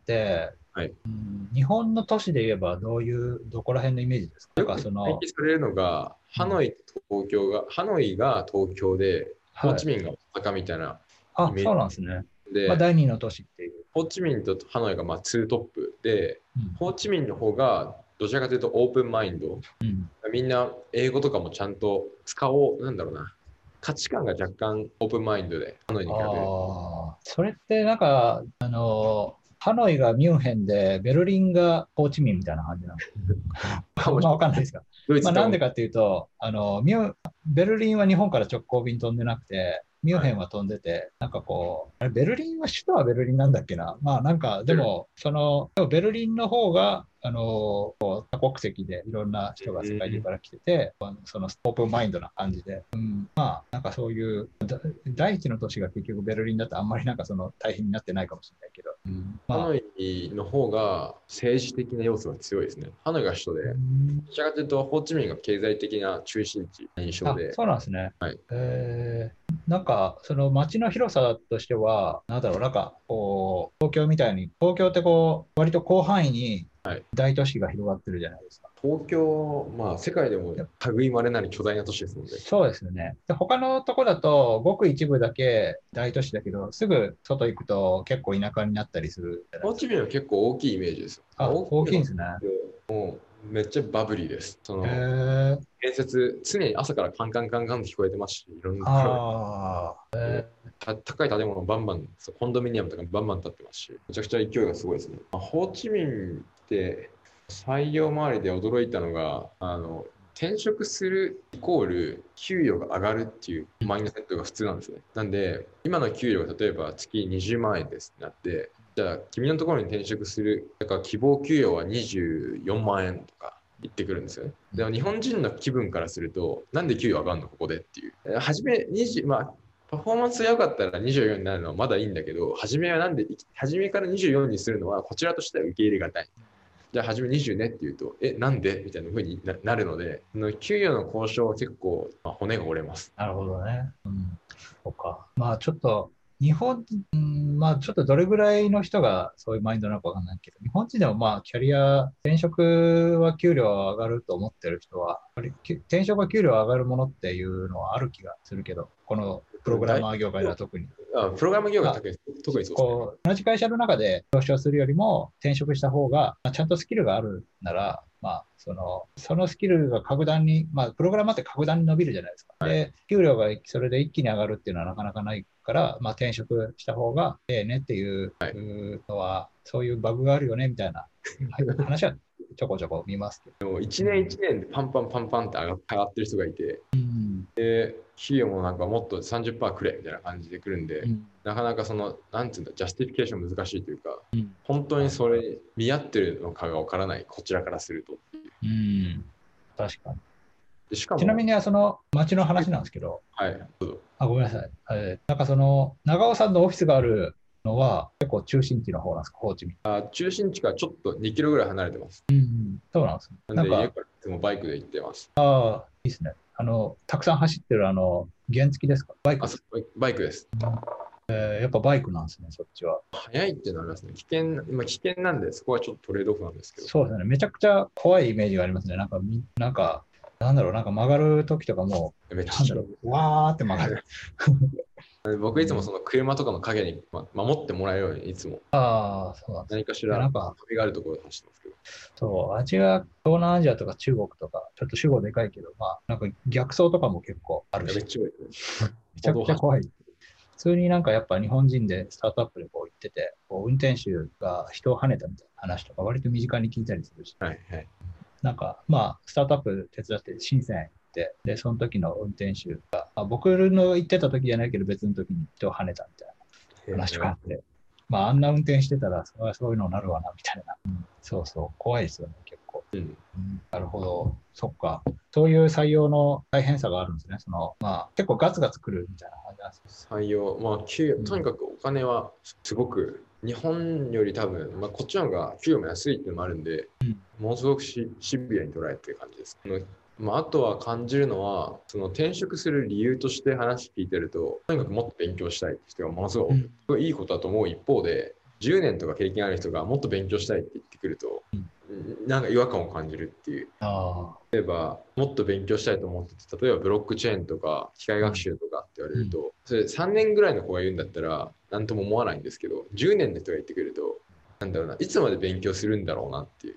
はい、 うん日本の都市で言えばどういう、どこら辺のイメージですか？なんかその、 提起されるのが、ハノイと東京が、ハノイが東京で、ホーチミンが大阪みたいなあ、 イメージそうなんですね。 で、 まあ、第二の都市っていう。 ホーチミンとハノイがまあツートップで、 うんホーチミンの方がどちらかというとオープンマインド、 うん、 みんな英語とかもちゃんと使おう、なんだろうな、価値観が若干オープンマインドで、ハノイに比べる。 ああ、それってなんか、あの、ハノイがミュンヘンで、ベルリンがホーチミンみたいな感じなの。 かもしまあ、 れない。 わかんないですが。まあ、 ドイツとも、 なんでかっていうと、あの、ミュン、ベルリンは日本から直行便飛んでなくて、ミュンはい、 ヘンは飛んでて、なんかこう、あれ、ベルリンは首都はベルリンなんだっけな。まあ、なんか、でも、その、でもベルリンの方が、あの、こう多国籍でいろんな人が世界中から来てて、あのそのオープンマインドな感じで、うん、まあ、なんかそういう、だ第一の都市が結局ベルリンだとあんまりなんかその大変になってないかもしれないけど、うん、まあ、 ハノイの方が政治的な要素が強いですね。ハノイが首都うで、 ん、 どちらかというと、ホーチミンが経済的な中心地な印象あ、 で、 そうなんですね。 はい、 えー、なんか、その街の広さとしては、なんだろう、なんか、こう、東京みたいに、東京ってこう、割と広範囲にはい、 大都市が広がってるじゃないですか。 東京、まあ世界でもや類いまれなる巨大な都市ですので、 そうですよね。で、他のとこだと、ごく一部だけ大都市だけど、すぐ外行くと結構田舎になったりするじゃないですか。 ホーチミンは結構大きいイメージですよ。 あ、 大きいのって大きいんですね。 もうめっちゃバブリーです。そへのえ、 建設、常に朝からカンカンカンカンって聞こえてますし、いろんなところああ、 でた高い建物バンバン、そうコンドミニアムとかバンバン建ってますし、めちゃくちゃ勢いがすごいですね。まあホーチミンって採用周りで驚いたのが、あの転職するイコール給与が上がるっていうマインドセットが普通なんですね。なんで、今の給料が例えば月にじゅうまん円ですってなって、じゃあ君のところに転職する、だから希望給与はにじゅうよんまん円とか言ってくるんですよね。でも日本人の気分からすると、なんで給与上がるのここでっていう。初めにじゅう、まあ、パフォーマンスが良かったらにじゅうよんになるのはまだいいんだけど、初めはなんで、初めからにじゅうよんにするのはこちらとしては受け入れがたい。じゃあ初めにじゅうねって言うと、え、なんでみたいな風になるので、給与の交渉は結構、まあ、骨が折れます。 なるほどね。うん。そうか。まあちょっと、日本、うん、まあちょっとどれぐらいの人がそういうマインドなのかわかんないけど、日本人でもまあキャリア、転職は給料上がると思ってる人は、やっぱりき転職は給料上がるものっていうのはある気がするけど、このプログラマー業界では特に。 あプログラム業界まあ特に特にそうですね。 こう、同じ会社の中で表彰するよりも転職した方が、まあ、ちゃんとスキルがあるなら、まあ、その、そのスキルが格段に、まあ、プログラマーって格段に伸びるじゃないですか。 はい、 で、給料がそれで一気に上がるっていうのはなかなかないから、まあ、転職した方がええねっていうはい、 のは、そういうバグがあるよねみたいな話はちょこちょこ見ますけど。 でもいちねんいちねんでパンパンパンパンって上が上がってる人がいて、 うん、 で、給与もなんかもっとさんじゅっパーセントくれみたいな感じでくるんで、 うん、 なかなかその、なんていうんだ、ジャスティフィケーション難しいというか、 うん、 本当にそれに見合ってるのかがわからない、こちらからすると。 うん、確かに。 でしかも、 ちなみに、その街の話なんですけど、 はい、どうぞ。 あ、ごめんなさい。えーなんかその、長尾さんのオフィスがあるのは、結構中心地の方なんですか、ホーチミン。 あ、中心地からちょっとにキロぐらい離れてます。 うん、そうなんですね。 なんで、家なんか、 からいつもバイクで行ってます。 ああ、いいですね。あの、たくさん走ってる、あの、原付ですか、バイクあ、 ですか。 そうバイクです。 えーやっぱバイクなんですね、そっちは。 速いっていうのはありますね。危険、まあ、危険なんで、そこはちょっとトレードオフなんですけど。 そうですね。めちゃくちゃ怖いイメージがありますね。なんかみ、なんか、なんだろう、なんか曲がるときとかも、 めっちゃなんだろう、わーって曲がる。 僕いつもその車とかの影にま守ってもらえるようにいつもああ、そうなんです。 何かしいや、ならんか、 壁があるところで走ってますけど。 そう、アジア、東南アジアとか中国とか、ちょっと主語でかいけど、まあ、なんか逆走とかも結構あるし、 いやめっちゃ多いですね。 めちゃくちゃ怖い。普通になんかやっぱ日本人でスタートアップでこう行ってて、こう運転手が人を跳ねたみたいな話とか割と身近に聞いたりするし、 はいはい。 なんかまあスタートアップ手伝って深セン行って、で、その時の運転手が、まあ、僕の行ってた時じゃないけど別の時に人を跳ねたみたいな話とかあって、まああんな運転してたらそれはそういうのになるわなみたいな。うん、そうそう、怖いですよね、結構。 うん、 うん、なるほど。そっか。そういう採用の大変さがあるんですね。その、まあ、結構ガツガツ来るみたいな感じなんです。 採用、まあ給与、とにかくお金はすごく日本より多分、まあ、こっちの方が給与も安いっていうのもあるんで、 うん、 ものすごくシシビアに捉えてる感じです。まあ、あとは感じるのは、その転職する理由として話聞いてると、とにかくもっと勉強したいって人がものすごい、すごいいいことだと思う一方で、じゅうねんとか経験ある人がもっと勉強したいって言ってくると、 うん、 なんか違和感を感じるっていう。 あ例えば、もっと勉強したいと思ってて、例えばブロックチェーンとか機械学習とかって言われると、うん、それさんねんぐらいの子が言うんだったら、なんとも思わないんですけど、じゅうねんの人が言ってくると、なんだろうな、いつまで勉強するんだろうなっていう。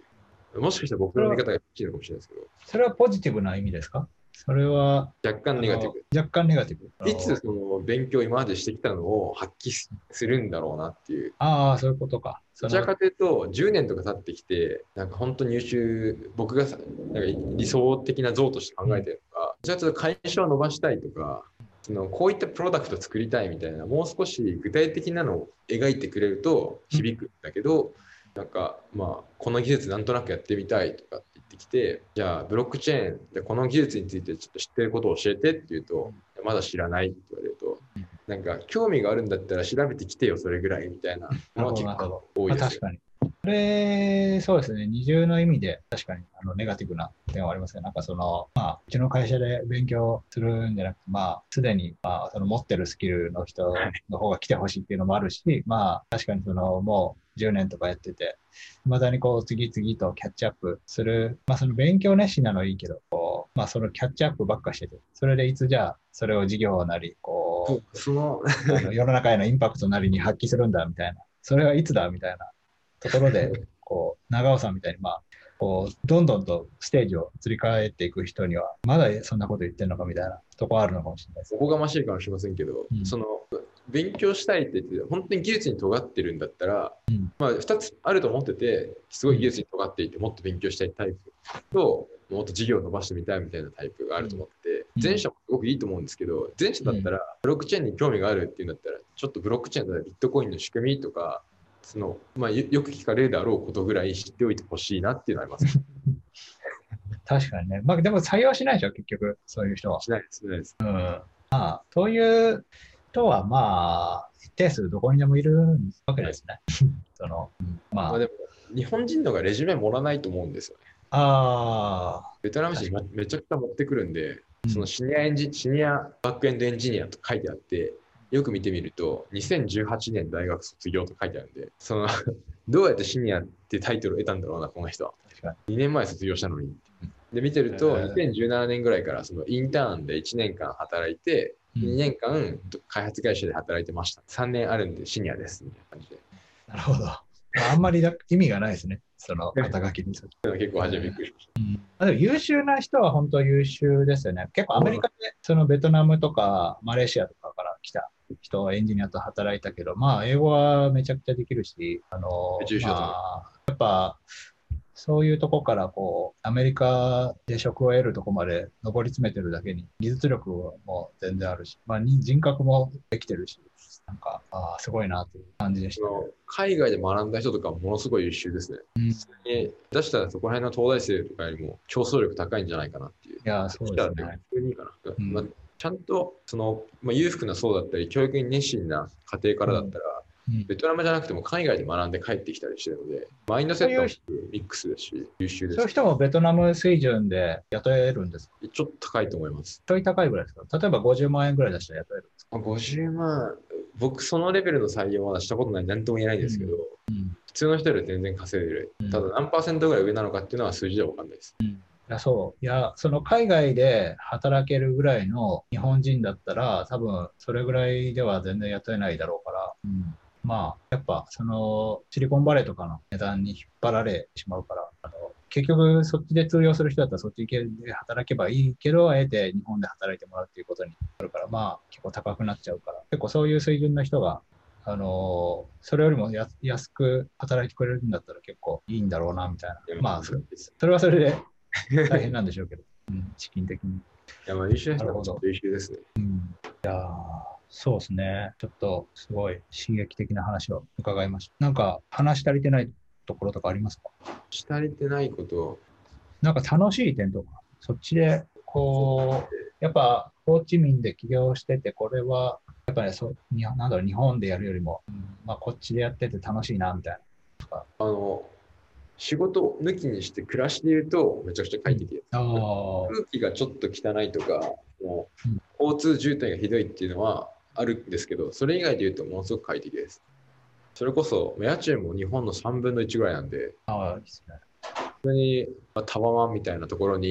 もしかしたら僕の見方が大きいのかもしれないですけど、 それはポジティブな意味ですか？それは若干ネガティブ。 若干ネガティブ。 いつその勉強を今までしてきたのを発揮するんだろうなっていう。 ああ、そういうことか。 どちらかというと、じゅうねんとか経ってきて、なんか本当に優秀、僕がさなんか理想的な像として考えてるのが、じゃあちょっと会社を伸ばしたいとか、そのこういったプロダクトを作りたいみたいな、もう少し具体的なのを描いてくれると響くんだけど、なんかまあ、この技術なんとなくやってみたいとかって言ってきて、じゃあブロックチェーンでこの技術についてちょっと知ってることを教えてって言うと、まだ知らないって言われると、なんか興味があるんだったら調べてきてよ、それぐらいみたいなのは結構多いです。 確かに。これ、そうですね、二重の意味で確かにあのネガティブな点はありますが、なんかその、まあ、うちの会社で勉強するんじゃなくて、まあ、すでに、まあ、その持ってるスキルの人の方が来てほしいっていうのもあるし、まあ、確かにその、もうじゅうねんとかやってて、未だにこう、次々とキャッチアップする、まあ、その勉強熱心なのはいいけど、こう、まあ、そのキャッチアップばっかしてて、それでいつじゃあ、それを事業なり、こう、 そのあの世の中へのインパクトなりに発揮するんだみたいな、それはいつだみたいなところで、こう、長尾さんみたいに、まあ、こう、どんどんとステージを釣り替えていく人には、まだそんなこと言ってるのかみたいなとこあるのかもしれないです。 おこがましいかもしれませんけど、うん、その勉強したいって言って、本当に技術に尖ってるんだったら、うん、まあ、ふたつあると思ってて、すごい技術に尖っていて、もっと勉強したいタイプと、もっと事業を伸ばしてみたいみたいなタイプがあると思ってて、うん、前者もすごくいいと思うんですけど、前者だったら、ブロックチェーンに興味があるっていうんだったら、ちょっとブロックチェーンだったらビットコインの仕組みとか、そのまあ、よく聞かれるであろうことぐらい知っておいてほしいなっていうのはあります。 確かにね。まあ、でも採用しないでしょ、結局、そういう人は。 しないです、しないです。 うん。まあ、そういう人は、まあ、一定数どこにでもいるわけですね。その、うん、まあ、 まあでも、日本人のがレジュメ盛らないと思うんですよね。 ああ。 ベトナム人めちゃくちゃ持ってくるんで、うん、そのシニアエンジ、シニアバックエンドエンジニアと書いてあって、よく見てみると、にせんじゅうはちねん大学卒業と書いてあるんで、そのどうやってシニアってタイトルを得たんだろうな、この人は。にねんまえ卒業したのに。で、見てると、にせんじゅうななねんぐらいからそのインターンでいちねんかん働いて、にねんかん開発会社で働いてました。さんねんあるんでシニアです、みたいな感じで。 なるほど。あんまり意味がないですね、その肩書きに。 結構初めびっくりしました。 うんあでも優秀な人は本当優秀ですよね。結構アメリカでそのベトナムとかマレーシアとかから来た人はエンジニアと働いたけど、まあ英語はめちゃくちゃできるし、あの、まあ、やっぱそういうとこからこうアメリカで職を得るとこまで上り詰めてるだけに技術力も全然あるし、まあ、人格もできてるし、なんかあすごいなという感じでした、ね。 海外で学んだ人とかものすごい優秀ですね。うん、出したらそこら辺の東大生とかよりも競争力高いんじゃないかなっていう。いや、そうですね。 普通にいいかな。うんまあ、ちゃんとその、まあ、裕福な層だったり、教育に熱心な家庭からだったら、うん、ベトナムじゃなくても海外で学んで帰ってきたりしてるので、マインドセットもミックスですし、優秀です。 そういう人もベトナム水準で雇えるんですか？ ちょっと高いと思います。 ちょい高いぐらいですか？例えばごじゅうまんえんぐらい出したら雇えるんですか？ ごじゅうまん、僕そのレベルの採用はしたことない、なんとも言えないんですけど、うんうん、普通の人より全然稼いでる。うん、ただ何パーセントぐらい上なのかっていうのは数字では分かんないです。うんいやそういやその海外で働けるぐらいの日本人だったら多分それぐらいでは全然雇えないだろうから、うん、まあやっぱそのシリコンバレーとかの値段に引っ張られてしまうからあの結局そっちで通用する人だったらそっちで働けばいいけどあえて日本で働いてもらうっていうことになるからまあ結構高くなっちゃうから結構そういう水準の人があのそれよりもや安く働いてくれるんだったら結構いいんだろうなみたいなまあそれ、それはそれで大変なんでしょうけど、うん、資金的に。いや、まあ優秀な人はちょっと優秀ですね。 うん、いやそうですね。ちょっとすごい刺激的な話を伺いました。なんか話し足りてないところとかありますか？ し足りてないこと。 なんか楽しい点とか、そっちでこう、やっぱホーチミンで起業してて、これはやっぱりそなんだろう日本でやるよりも、うんまあ、こっちでやってて楽しいなみたいな。 あの仕事を抜きにして暮らしで言うとめちゃくちゃ快適です。空気がちょっと汚いとか、もう交通渋滞がひどいっていうのはあるんですけど、それ以外で言うとものすごく快適です。それこそ家賃も日本のさんぶんのいちぐらいなんで、 あいいですね。 普通にタワマンみたいなところに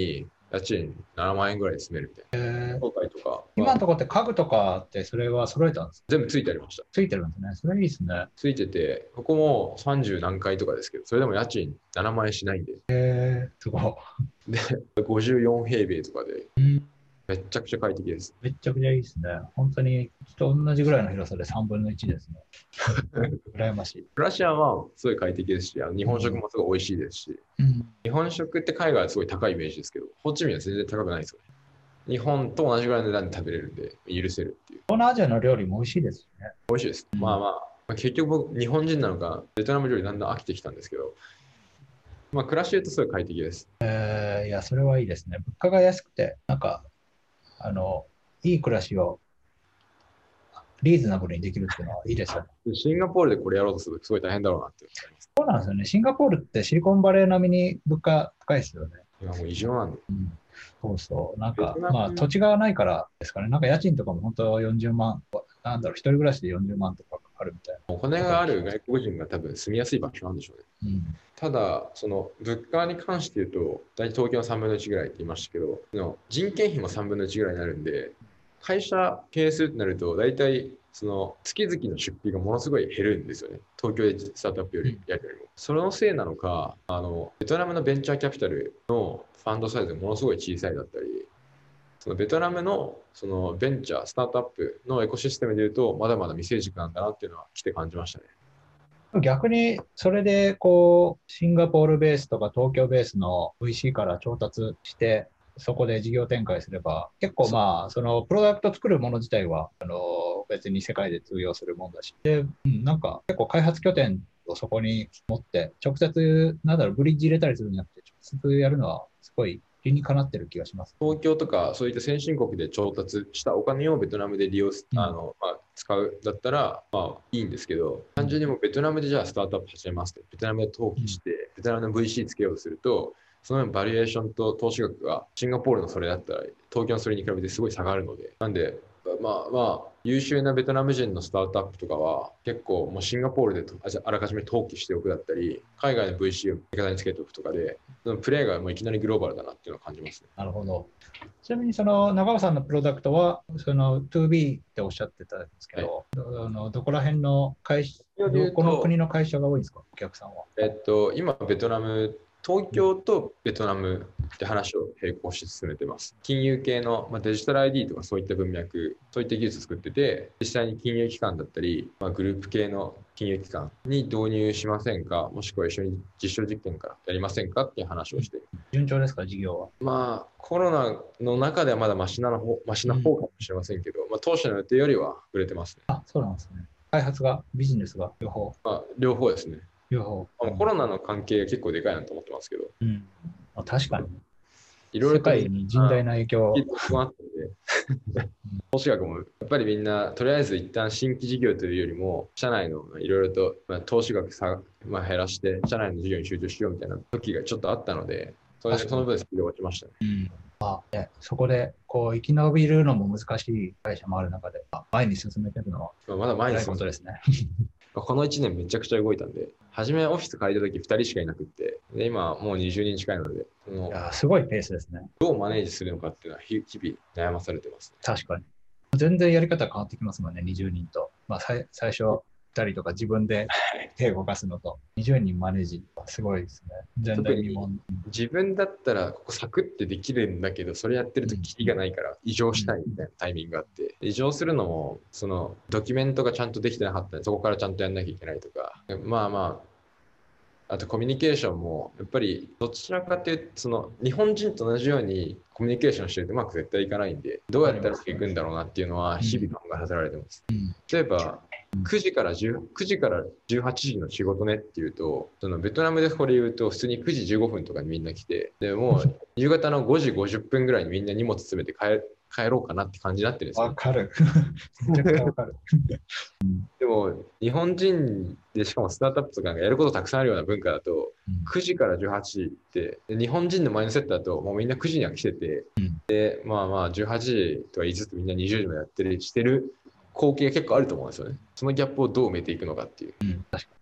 家賃ななまん円ぐらいで住めるみたいな。 えー、 東海とか、 今まあ、 のところって家具とかってそれは揃えたんですか？ 全部ついてありました。 ついてるんですね。それいいですね。 ついてて、ここもさんじゅう何階とかですけど、それでも家賃ななまん円しないんで、 えー、すごい。 で、ごじゅうよん平米とかで、 うん、 めっちゃくちゃ快適です。 めっちゃくちゃいいですね。本当に、と同じぐらいの広さでさんぶんのいちですね。羨ましい。 暮らしはまあ、すごい快適ですし、あの日本食もすごい美味しいですし、 うん、 日本食って海外はすごい高いイメージですけど、ホーチミンは全然高くないですよね。日本と同じぐらいの値段で食べれるんで、許せるっていう。 東南アジアの料理も美味しいですしね。 美味しいです。 うん、 まあまあ、まあ、結局僕、日本人なのか、ベトナム料理だんだん飽きてきたんですけど、まあ、暮らしで言うとすごい快適です。 えー、いや、それはいいですね。物価が安くて、なんか、あの、いい暮らしをリーズナブルにできるっていうのはいいですよね。 シンガポールでこれやろうとするとすごい大変だろうなって思います。 そうなんですよね。シンガポールってシリコンバレー並みに物価高いですよね。 今もう異常なんで。 うん、そうそう。なんか、 ベトナムまあ、土地がないからですかね。なんか家賃とかも本当よんじゅうまん、なんだろう、一人暮らしでよんじゅうまんとかかかるみたいお金がある外国人が多分住みやすい場所なんでしょうね。 な。うん、 ただ、その物価に関して言うと、大体東京のさんぶんのいちぐらいって言いましたけど、の人件費もさんぶんのいちぐらいになるんで、会社経営するとなると、大体その月々の出費がものすごい減るんですよね。東京でスタートアップよりやるよりも。そのせいなのか、あのベトナムのベンチャーキャピタルのファンドサイズがものすごい小さいだったり、そのベトナムのそのベンチャー、スタートアップのエコシステムでいうと、まだまだ未成熟なんだなっていうのは来て感じましたね。 逆に、それで、こう、シンガポールベースとか東京ベースの ブイシー から調達して、そこで事業展開すれば、結構まあ、そのプロダクト作るもの自体は、あの、別に世界で通用するもんだし、で、うん、なんか結構開発拠点をそこに持って、直接、なんだろう、ブリッジ入れたりするんじゃなくて、直接やるのは、すごい理にかなってる気がします。 東京とかそういった先進国で調達したお金をベトナムで利用す、 うん、 あのまあ、使うだったら、まあ、いいんですけど、単純にもうベトナムでじゃあスタートアップ始めますって、ベトナムで登記して、ベトナムの ブイシー つけようとすると、そのバリエーションと投資額がシンガポールのそれだったら東京のそれに比べてすごい下がるので、なんで、まあまあ、優秀なベトナム人のスタートアップとかは結構もうシンガポールでとああらかじめ登記しておくだったり、海外の ブイシー を味方につけておくとかで、そのプレーがもういきなりグローバルだなっていうのを感じますね。 なるほど。ちなみにその長尾さんのプロダクトはその ツービー っておっしゃってたんですけど、はい、ど, のどこら辺の会社、どこの国の会社が多いんですか、お客さんは。 えっと、今、ベトナム、東京とベトナムって話を並行して進めてます。金融系の、まあ、デジタル アイディー とかそういった文脈、そういった技術を作ってて、実際に金融機関だったり、まあ、グループ系の金融機関に導入しませんか、もしくは一緒に実証実験からやりませんかっていう話をしている。 順調ですか、事業は。 まあ、コロナの中ではまだマシな方、マシな方かもしれませんけど、うん、まあ、当初の予定よりは売れてますね。 あ、そうなんですね。開発が、ビジネスが、両方。 まあ、両方ですね。 両方。 まあ、コロナの関係が結構でかいなと思ってますけど。 うん。あ、確かに。 いろいろと世界に甚大な影響があったので、投資額もやっぱりみんな、とりあえず一旦新規事業というよりも、社内のいろいろと、まあ、投資額さ、まあ、減らして、社内の事業に集中しようみたいな時がちょっとあったので、それでその分でスピードが落ちましたね。 うんあね、そこでこう生き延びるのも難しい会社もある中で、前に進めてるのは、 まあ、まだ前に進めてることですね。 このいちねんめちゃくちゃ動いたんで、初めオフィス借りた時ふたりしかいなくって、で今もうにじゅうにん近いので、そのいやすごいペースですね。 どうマネージするのかっていうのは日々悩まされてます、ね。 確かに。全然やり方変わってきますもんね、にじゅうにんと。まあ、最最初ふたりとか自分で手を動かすのと、にじゅうにんマネージ、すごいですね。全然に問。 自分だったらここサクってできるんだけど、それやってるとキリがないから異常したいみたいなタイミングがあって、異常するのも、そのドキュメントがちゃんとできてなかったんで、そこからちゃんとやんなきゃいけないとか、まあまあ、あとコミュニケーションも、やっぱりどちらかというと、その日本人と同じようにコミュニケーションしてるとうまく絶対いかないんで、どうやったらいくんだろうなっていうのは日々考えさせられてます。例えば、くじからじゅう、くじからじゅうはちじの仕事ねっていうと、そのベトナムでこれ言うと、普通にくじじゅうごふんとかにみんな来て、でもう夕方のごじごじゅっぷんぐらいにみんな荷物詰めて帰帰ろうかなって感じになってるんですよ。 わかる。めちゃくちゃわかる。 でも、日本人でしかもスタートアップとかがやることたくさんあるような文化だと、くじからじゅうはちじって、日本人のマインドセットだと、もうみんなくじには来てて、で、まあまあじゅうはちじとか言いつつみんなにじゅうじまでやってる、してる光景が結構あると思うんですよね。そのギャップをどう埋めていくのかっていう。 うん、確か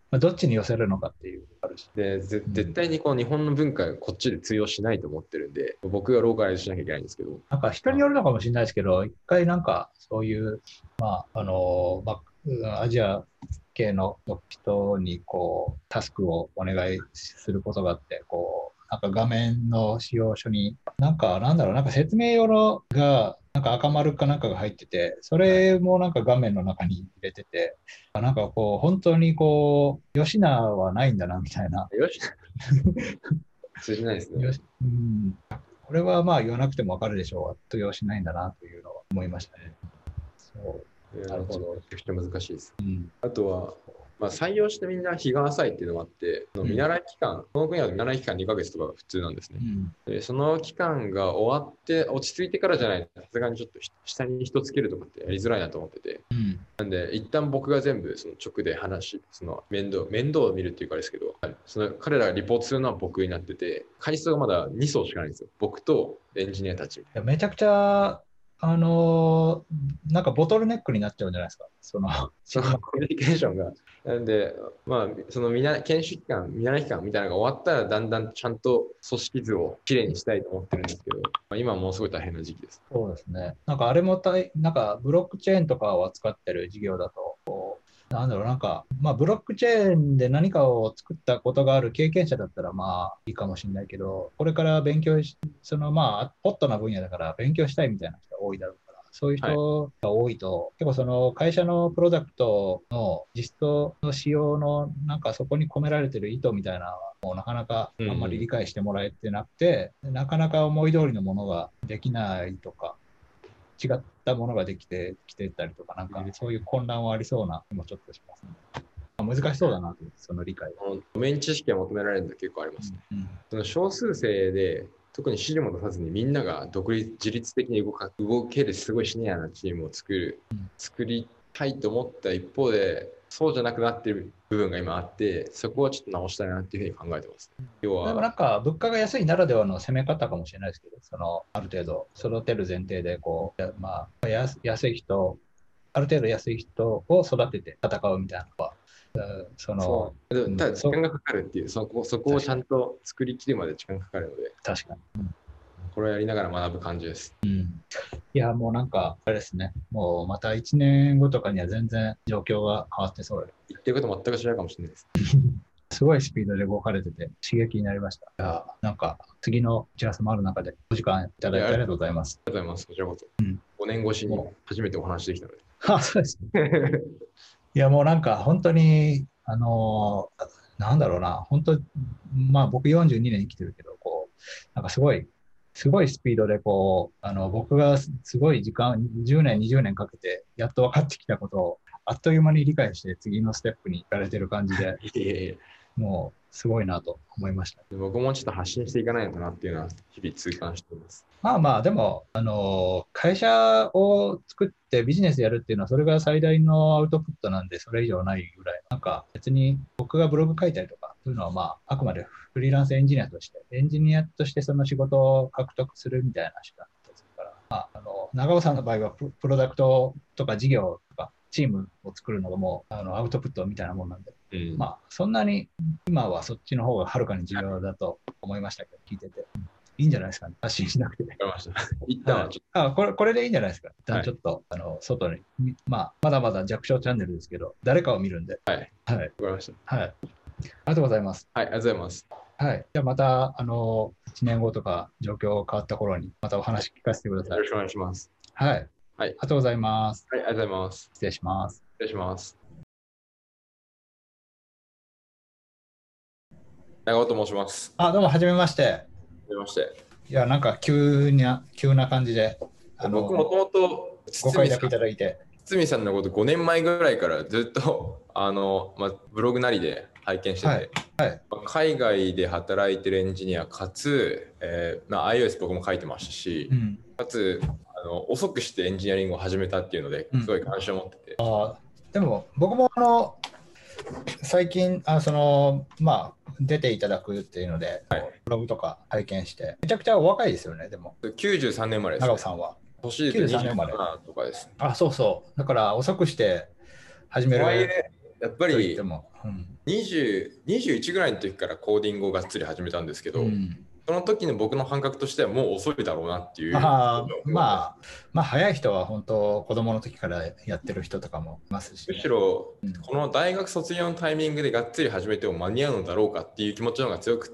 まあ、どっちに寄せるのかっていうあるし。 で、ぜ絶対にこう日本の文化がこっちで通用しないと思ってるんで、僕がローカライズしなきゃいけないんですけど。 なんか人によるのかもしれないですけど、一回なんかそういう、まあ、あの、まあ、アジア系の人にこう、タスクをお願いすることがあって、こう、なんか画面の使用書に、なんかなんだろう、なんか説明用のが、なんか赤丸かなんかが入ってて、それもなんか画面の中に入れてて、なんかこう、本当にこう、吉名はないんだなみたいな。 よし。通じないですね。 よし、うん、これはまあ言わなくてもわかるでしょう。通用しないんだなというのは思いましたね。そう、なるほど。 めちゃくちゃ難しいです。 うん、 あとは、まあ、採用してみんな日が浅いっていうのもあって、その見習い期間、この国は見習い期間にかげつとかが普通なんですね。 うん、 でその期間が終わって落ち着いてからじゃないと、さすがにちょっと下に人つけるとかってやりづらいなと思ってて、 うん、 なんで一旦僕が全部その直で話、その面倒、面倒を見るっていうかですけど、その彼らがリポートするのは僕になってて、階層がまだに層しかないんですよ。僕とエンジニアたち。 いやめちゃくちゃ、あのーなんかボトルネックになっちゃうんじゃないですか。その、 そのコミュニケーションが。なんで、まあ、その見な研修期間、見習い期間みたいなのが終わったら、だんだんちゃんと組織図をきれいにしたいと思ってるんですけど、まあ、今はもうすごい大変な時期です。 そうですね。なんかあれもたい、なんかブロックチェーンとかを扱ってる事業だと、こうなんだろう、なんか、まあブロックチェーンで何かを作ったことがある経験者だったらまあいいかもしれないけど、これから勉強し、そのまあ、ホットな分野だから勉強したいみたいな人が多いだろうから、そういうはい。 人が多いと、結構その会社のプロダクトの実装の仕様のなんかそこに込められてる意図みたいなのはもうなかなかあんまり理解してもらえてなくて、なかなか思い通りのものができないとか、違ったものができてきてたりとか、なんかそういう混乱はありそうな気もちょっとしますね。まあ難しそうだなと、その理解が。 ドメイン知識が求められるのは結構ありますね。 うん、 その少数生で、特に指示も出さずにみんなが独立、自律的に動か動けるすごいシニアなチームを作る、作りたいと思った一方で、そうじゃなくなっている部分が今あって、そこはちょっと直したいなっていうふうに考えてます。要は、 でもなんか物価が安いならではの攻め方かもしれないですけど、そのある程度育てる前提でこう、まあ、安安い人、ある程度安い人を育てて戦うみたいなのは、そのそう。 うん、 ただ時間がかかるっていう、そこそこをちゃんと作りきるまで時間がかかるので、 確かに。うん、 これをやりながら学ぶ感じです。 うん、いや、もうなんか、あれですね、もうまたいちねんごとかには全然状況が変わってそうで。 言ってること全く違うかもしれないです。 すごいスピードで動かれてて刺激になりました。いや、なんか次の打ち合わせもある中でお時間いただいてありがとうございます。 ありがとうございます。こちらこそ。 うん、 ごねん越しに初めてお話できたので。 あ、そうですね。いや、もうなんか本当に、あのーなんだろうな、本当、まあ僕よんじゅうにねん生きてるけど、こう、なんかすごい、すごいスピードでこう、あの、僕がすすごい時間、じゅうねん、にじゅうねんかけて、やっと分かってきたことを、あっという間に理解して次のステップに行かれてる感じで、 いえいえ、 もうすごいなと思いました。 僕もちょっと発信していかないのかなっていうのは日々痛感しています。 まあまあ、でも、あの、会社を作ってビジネスやるっていうのは、それが最大のアウトプットなんで、それ以上ないぐらい。なんか、別に僕がブログ書いたりとか、そういうのはまあ、あくまでフリーランスエンジニアとして、エンジニアとしてその仕事を獲得するみたいな手段だったりするから、まあ、あの、長尾さんの場合はプ、プロダクトとか事業とか、チームを作るのがもう、あの、アウトプットみたいなもんなんで、 うん、 まあ、そんなに、今はそっちの方がはるかに重要だと思いましたけど、聞いてて。いいんじゃないですかね。発信しなくて。 わかりました。一旦はちょっと、 はい、あこれこれでいいんじゃないですか。一旦はいちょっと、あの外に、まあ、まだまだ弱小チャンネルですけど、誰かを見るんで。 はい。 はい。 わかりました。 はい。ありがとうございます。 はい、ありがとうございます。 はい。じゃあまた、あの、いちねんごとか状況変わった頃に、またお話聞かせてください。 よろしくお願いします。 はい。 はい。 ありがとうございます。 はい、ありがとうございます。 失礼します。 失礼します。長尾と申します。 あ、どうも、はじめまして。 はじめまして。 いや、なんか急な、急な感じで、 あの僕もともとご快諾いただいて。 堤さんのことごねんまえぐらいからずっとあの、まあ、ブログなりで拝見してて、 はいはいまあ、海外で働いてるエンジニアかつ、えーまあ、iOS 僕も書いてましたし、うん、かつあの遅くしてエンジニアリングを始めたっていうのですごい関心を持ってて、 うん、あでも僕もあの最近あそのまあ出ていただくっていうので、はい、ブログとか拝見してめちゃくちゃお若いですよね。でもきゅうじゅうさんねん生まれです、ね、 長尾さんは年でにじゅうさんねん生まれとかです、ね、 あ、そうそう。だから遅くして始める。 とはいえやっぱりと言っても、うん、 にじゅう、にじゅういちぐらいの時からコーディングをがっつり始めたんですけど、 うん、 その時の僕の感覚としてはもう遅いだろうなっていう。 まあ、まあ、まあ、早い人は本当、子供の時からやってる人とかもいますし、ね、 むしろ、 うん、 この大学卒業のタイミングでがっつり始めても間に合うのだろうかっていう気持ちの方が強くって、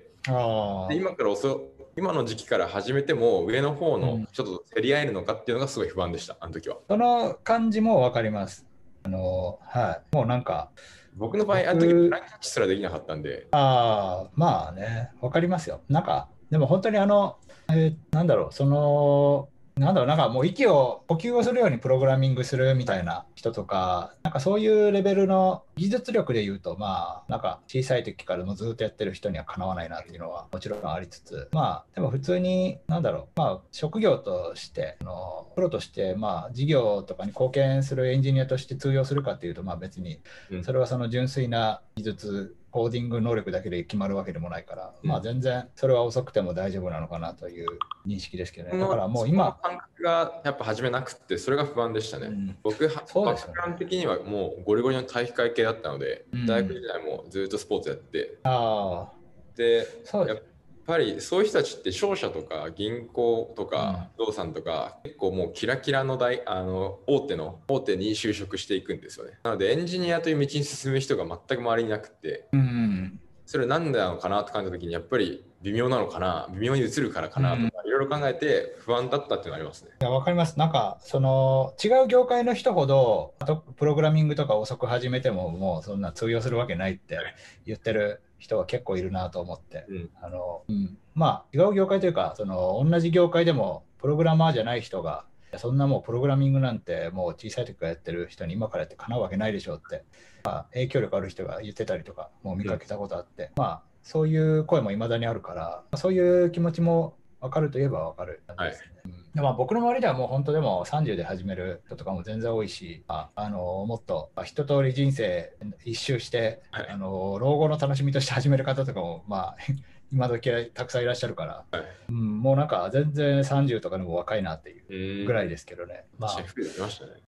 あで今から遅今の時期から始めても上の方のうん、 ちょっと競り合えるのかっていうのがすごい不安でした、あの時は。 その感じもわかります。あの、はい。もうなんか、 僕の場合、あの時プ僕、 ランキャッチすらできなかったんで、 ああ、まあね、わかりますよ。なんか、でも本当にあの、えーなんだろう、その、なんだろう、なんかもう息を、呼吸をするようにプログラミングするみたいな人とか、なんかそういうレベルの技術力で言うと、まあ、なんか小さい時からもうずっとやってる人にはかなわないなっていうのはもちろんありつつ、まあ、でも普通に、なんだろう、まあ、職業として、あのプロとして、まあ、事業とかに貢献するエンジニアとして通用するかっていうと、まあ別に、 うん、 それはその純粋な技術、コーディング能力だけで決まるわけでもないから、 うん、 まあ全然それは遅くても大丈夫なのかなという認識ですけどね。だかそのらもうその今、 感覚がやっぱ始めなくって、それが不安でしたね。 うん、 僕、はそうですよバックグラウンドね。 的にはもうゴリゴリの体育会系だったので、 うん、 大学時代もずっとスポーツやって、 ああ、 で、やっそうです。 ぱりそういう人たちって商社とか銀行とうん、 か不動産とか結構もうキラキラの大あの大手の大手に就職していくんですよね。なのでエンジニアという道に進む人が全く周りにいなくて、 うん、 それなんでなのかなって感じた時にやっぱり微妙なのかな、微妙に映るからかうん。 なとかいろいろ考えて不安だったっていうのがありますね。 いや、わかります。なんか、その、違う業界の人ほど、あとプログラミングとか遅く始めても、もうそんな通用するわけないって言ってる人は結構いるなと思って。 うん、 あの、うん、まあ、違う業界というか、その、同じ業界でも、プログラマーじゃない人が、いやそんなもうプログラミングなんて、もう小さい時からやってる人に今からやってかなうわけないでしょうって、まあ、影響力ある人が言ってたりとか、もう見かけたことあって、まあ、そういう声もいまだにあるから、そういう気持ちも分かるといえば分かる感じはい。 ですね。でまあ、僕の周りではもう本当でもさんじゅうで始める人とかも全然多いし、ああのもっとまあ一通り人生一周してあはい。 の老後の楽しみとして始める方とかも、まあ、今時はたくさんいらっしゃるから、 はい。 うん、もうなんか全然さんじゅうとかでも若いなっていううーん。 ぐらいですけどね。まあ確かに増えてきましたね。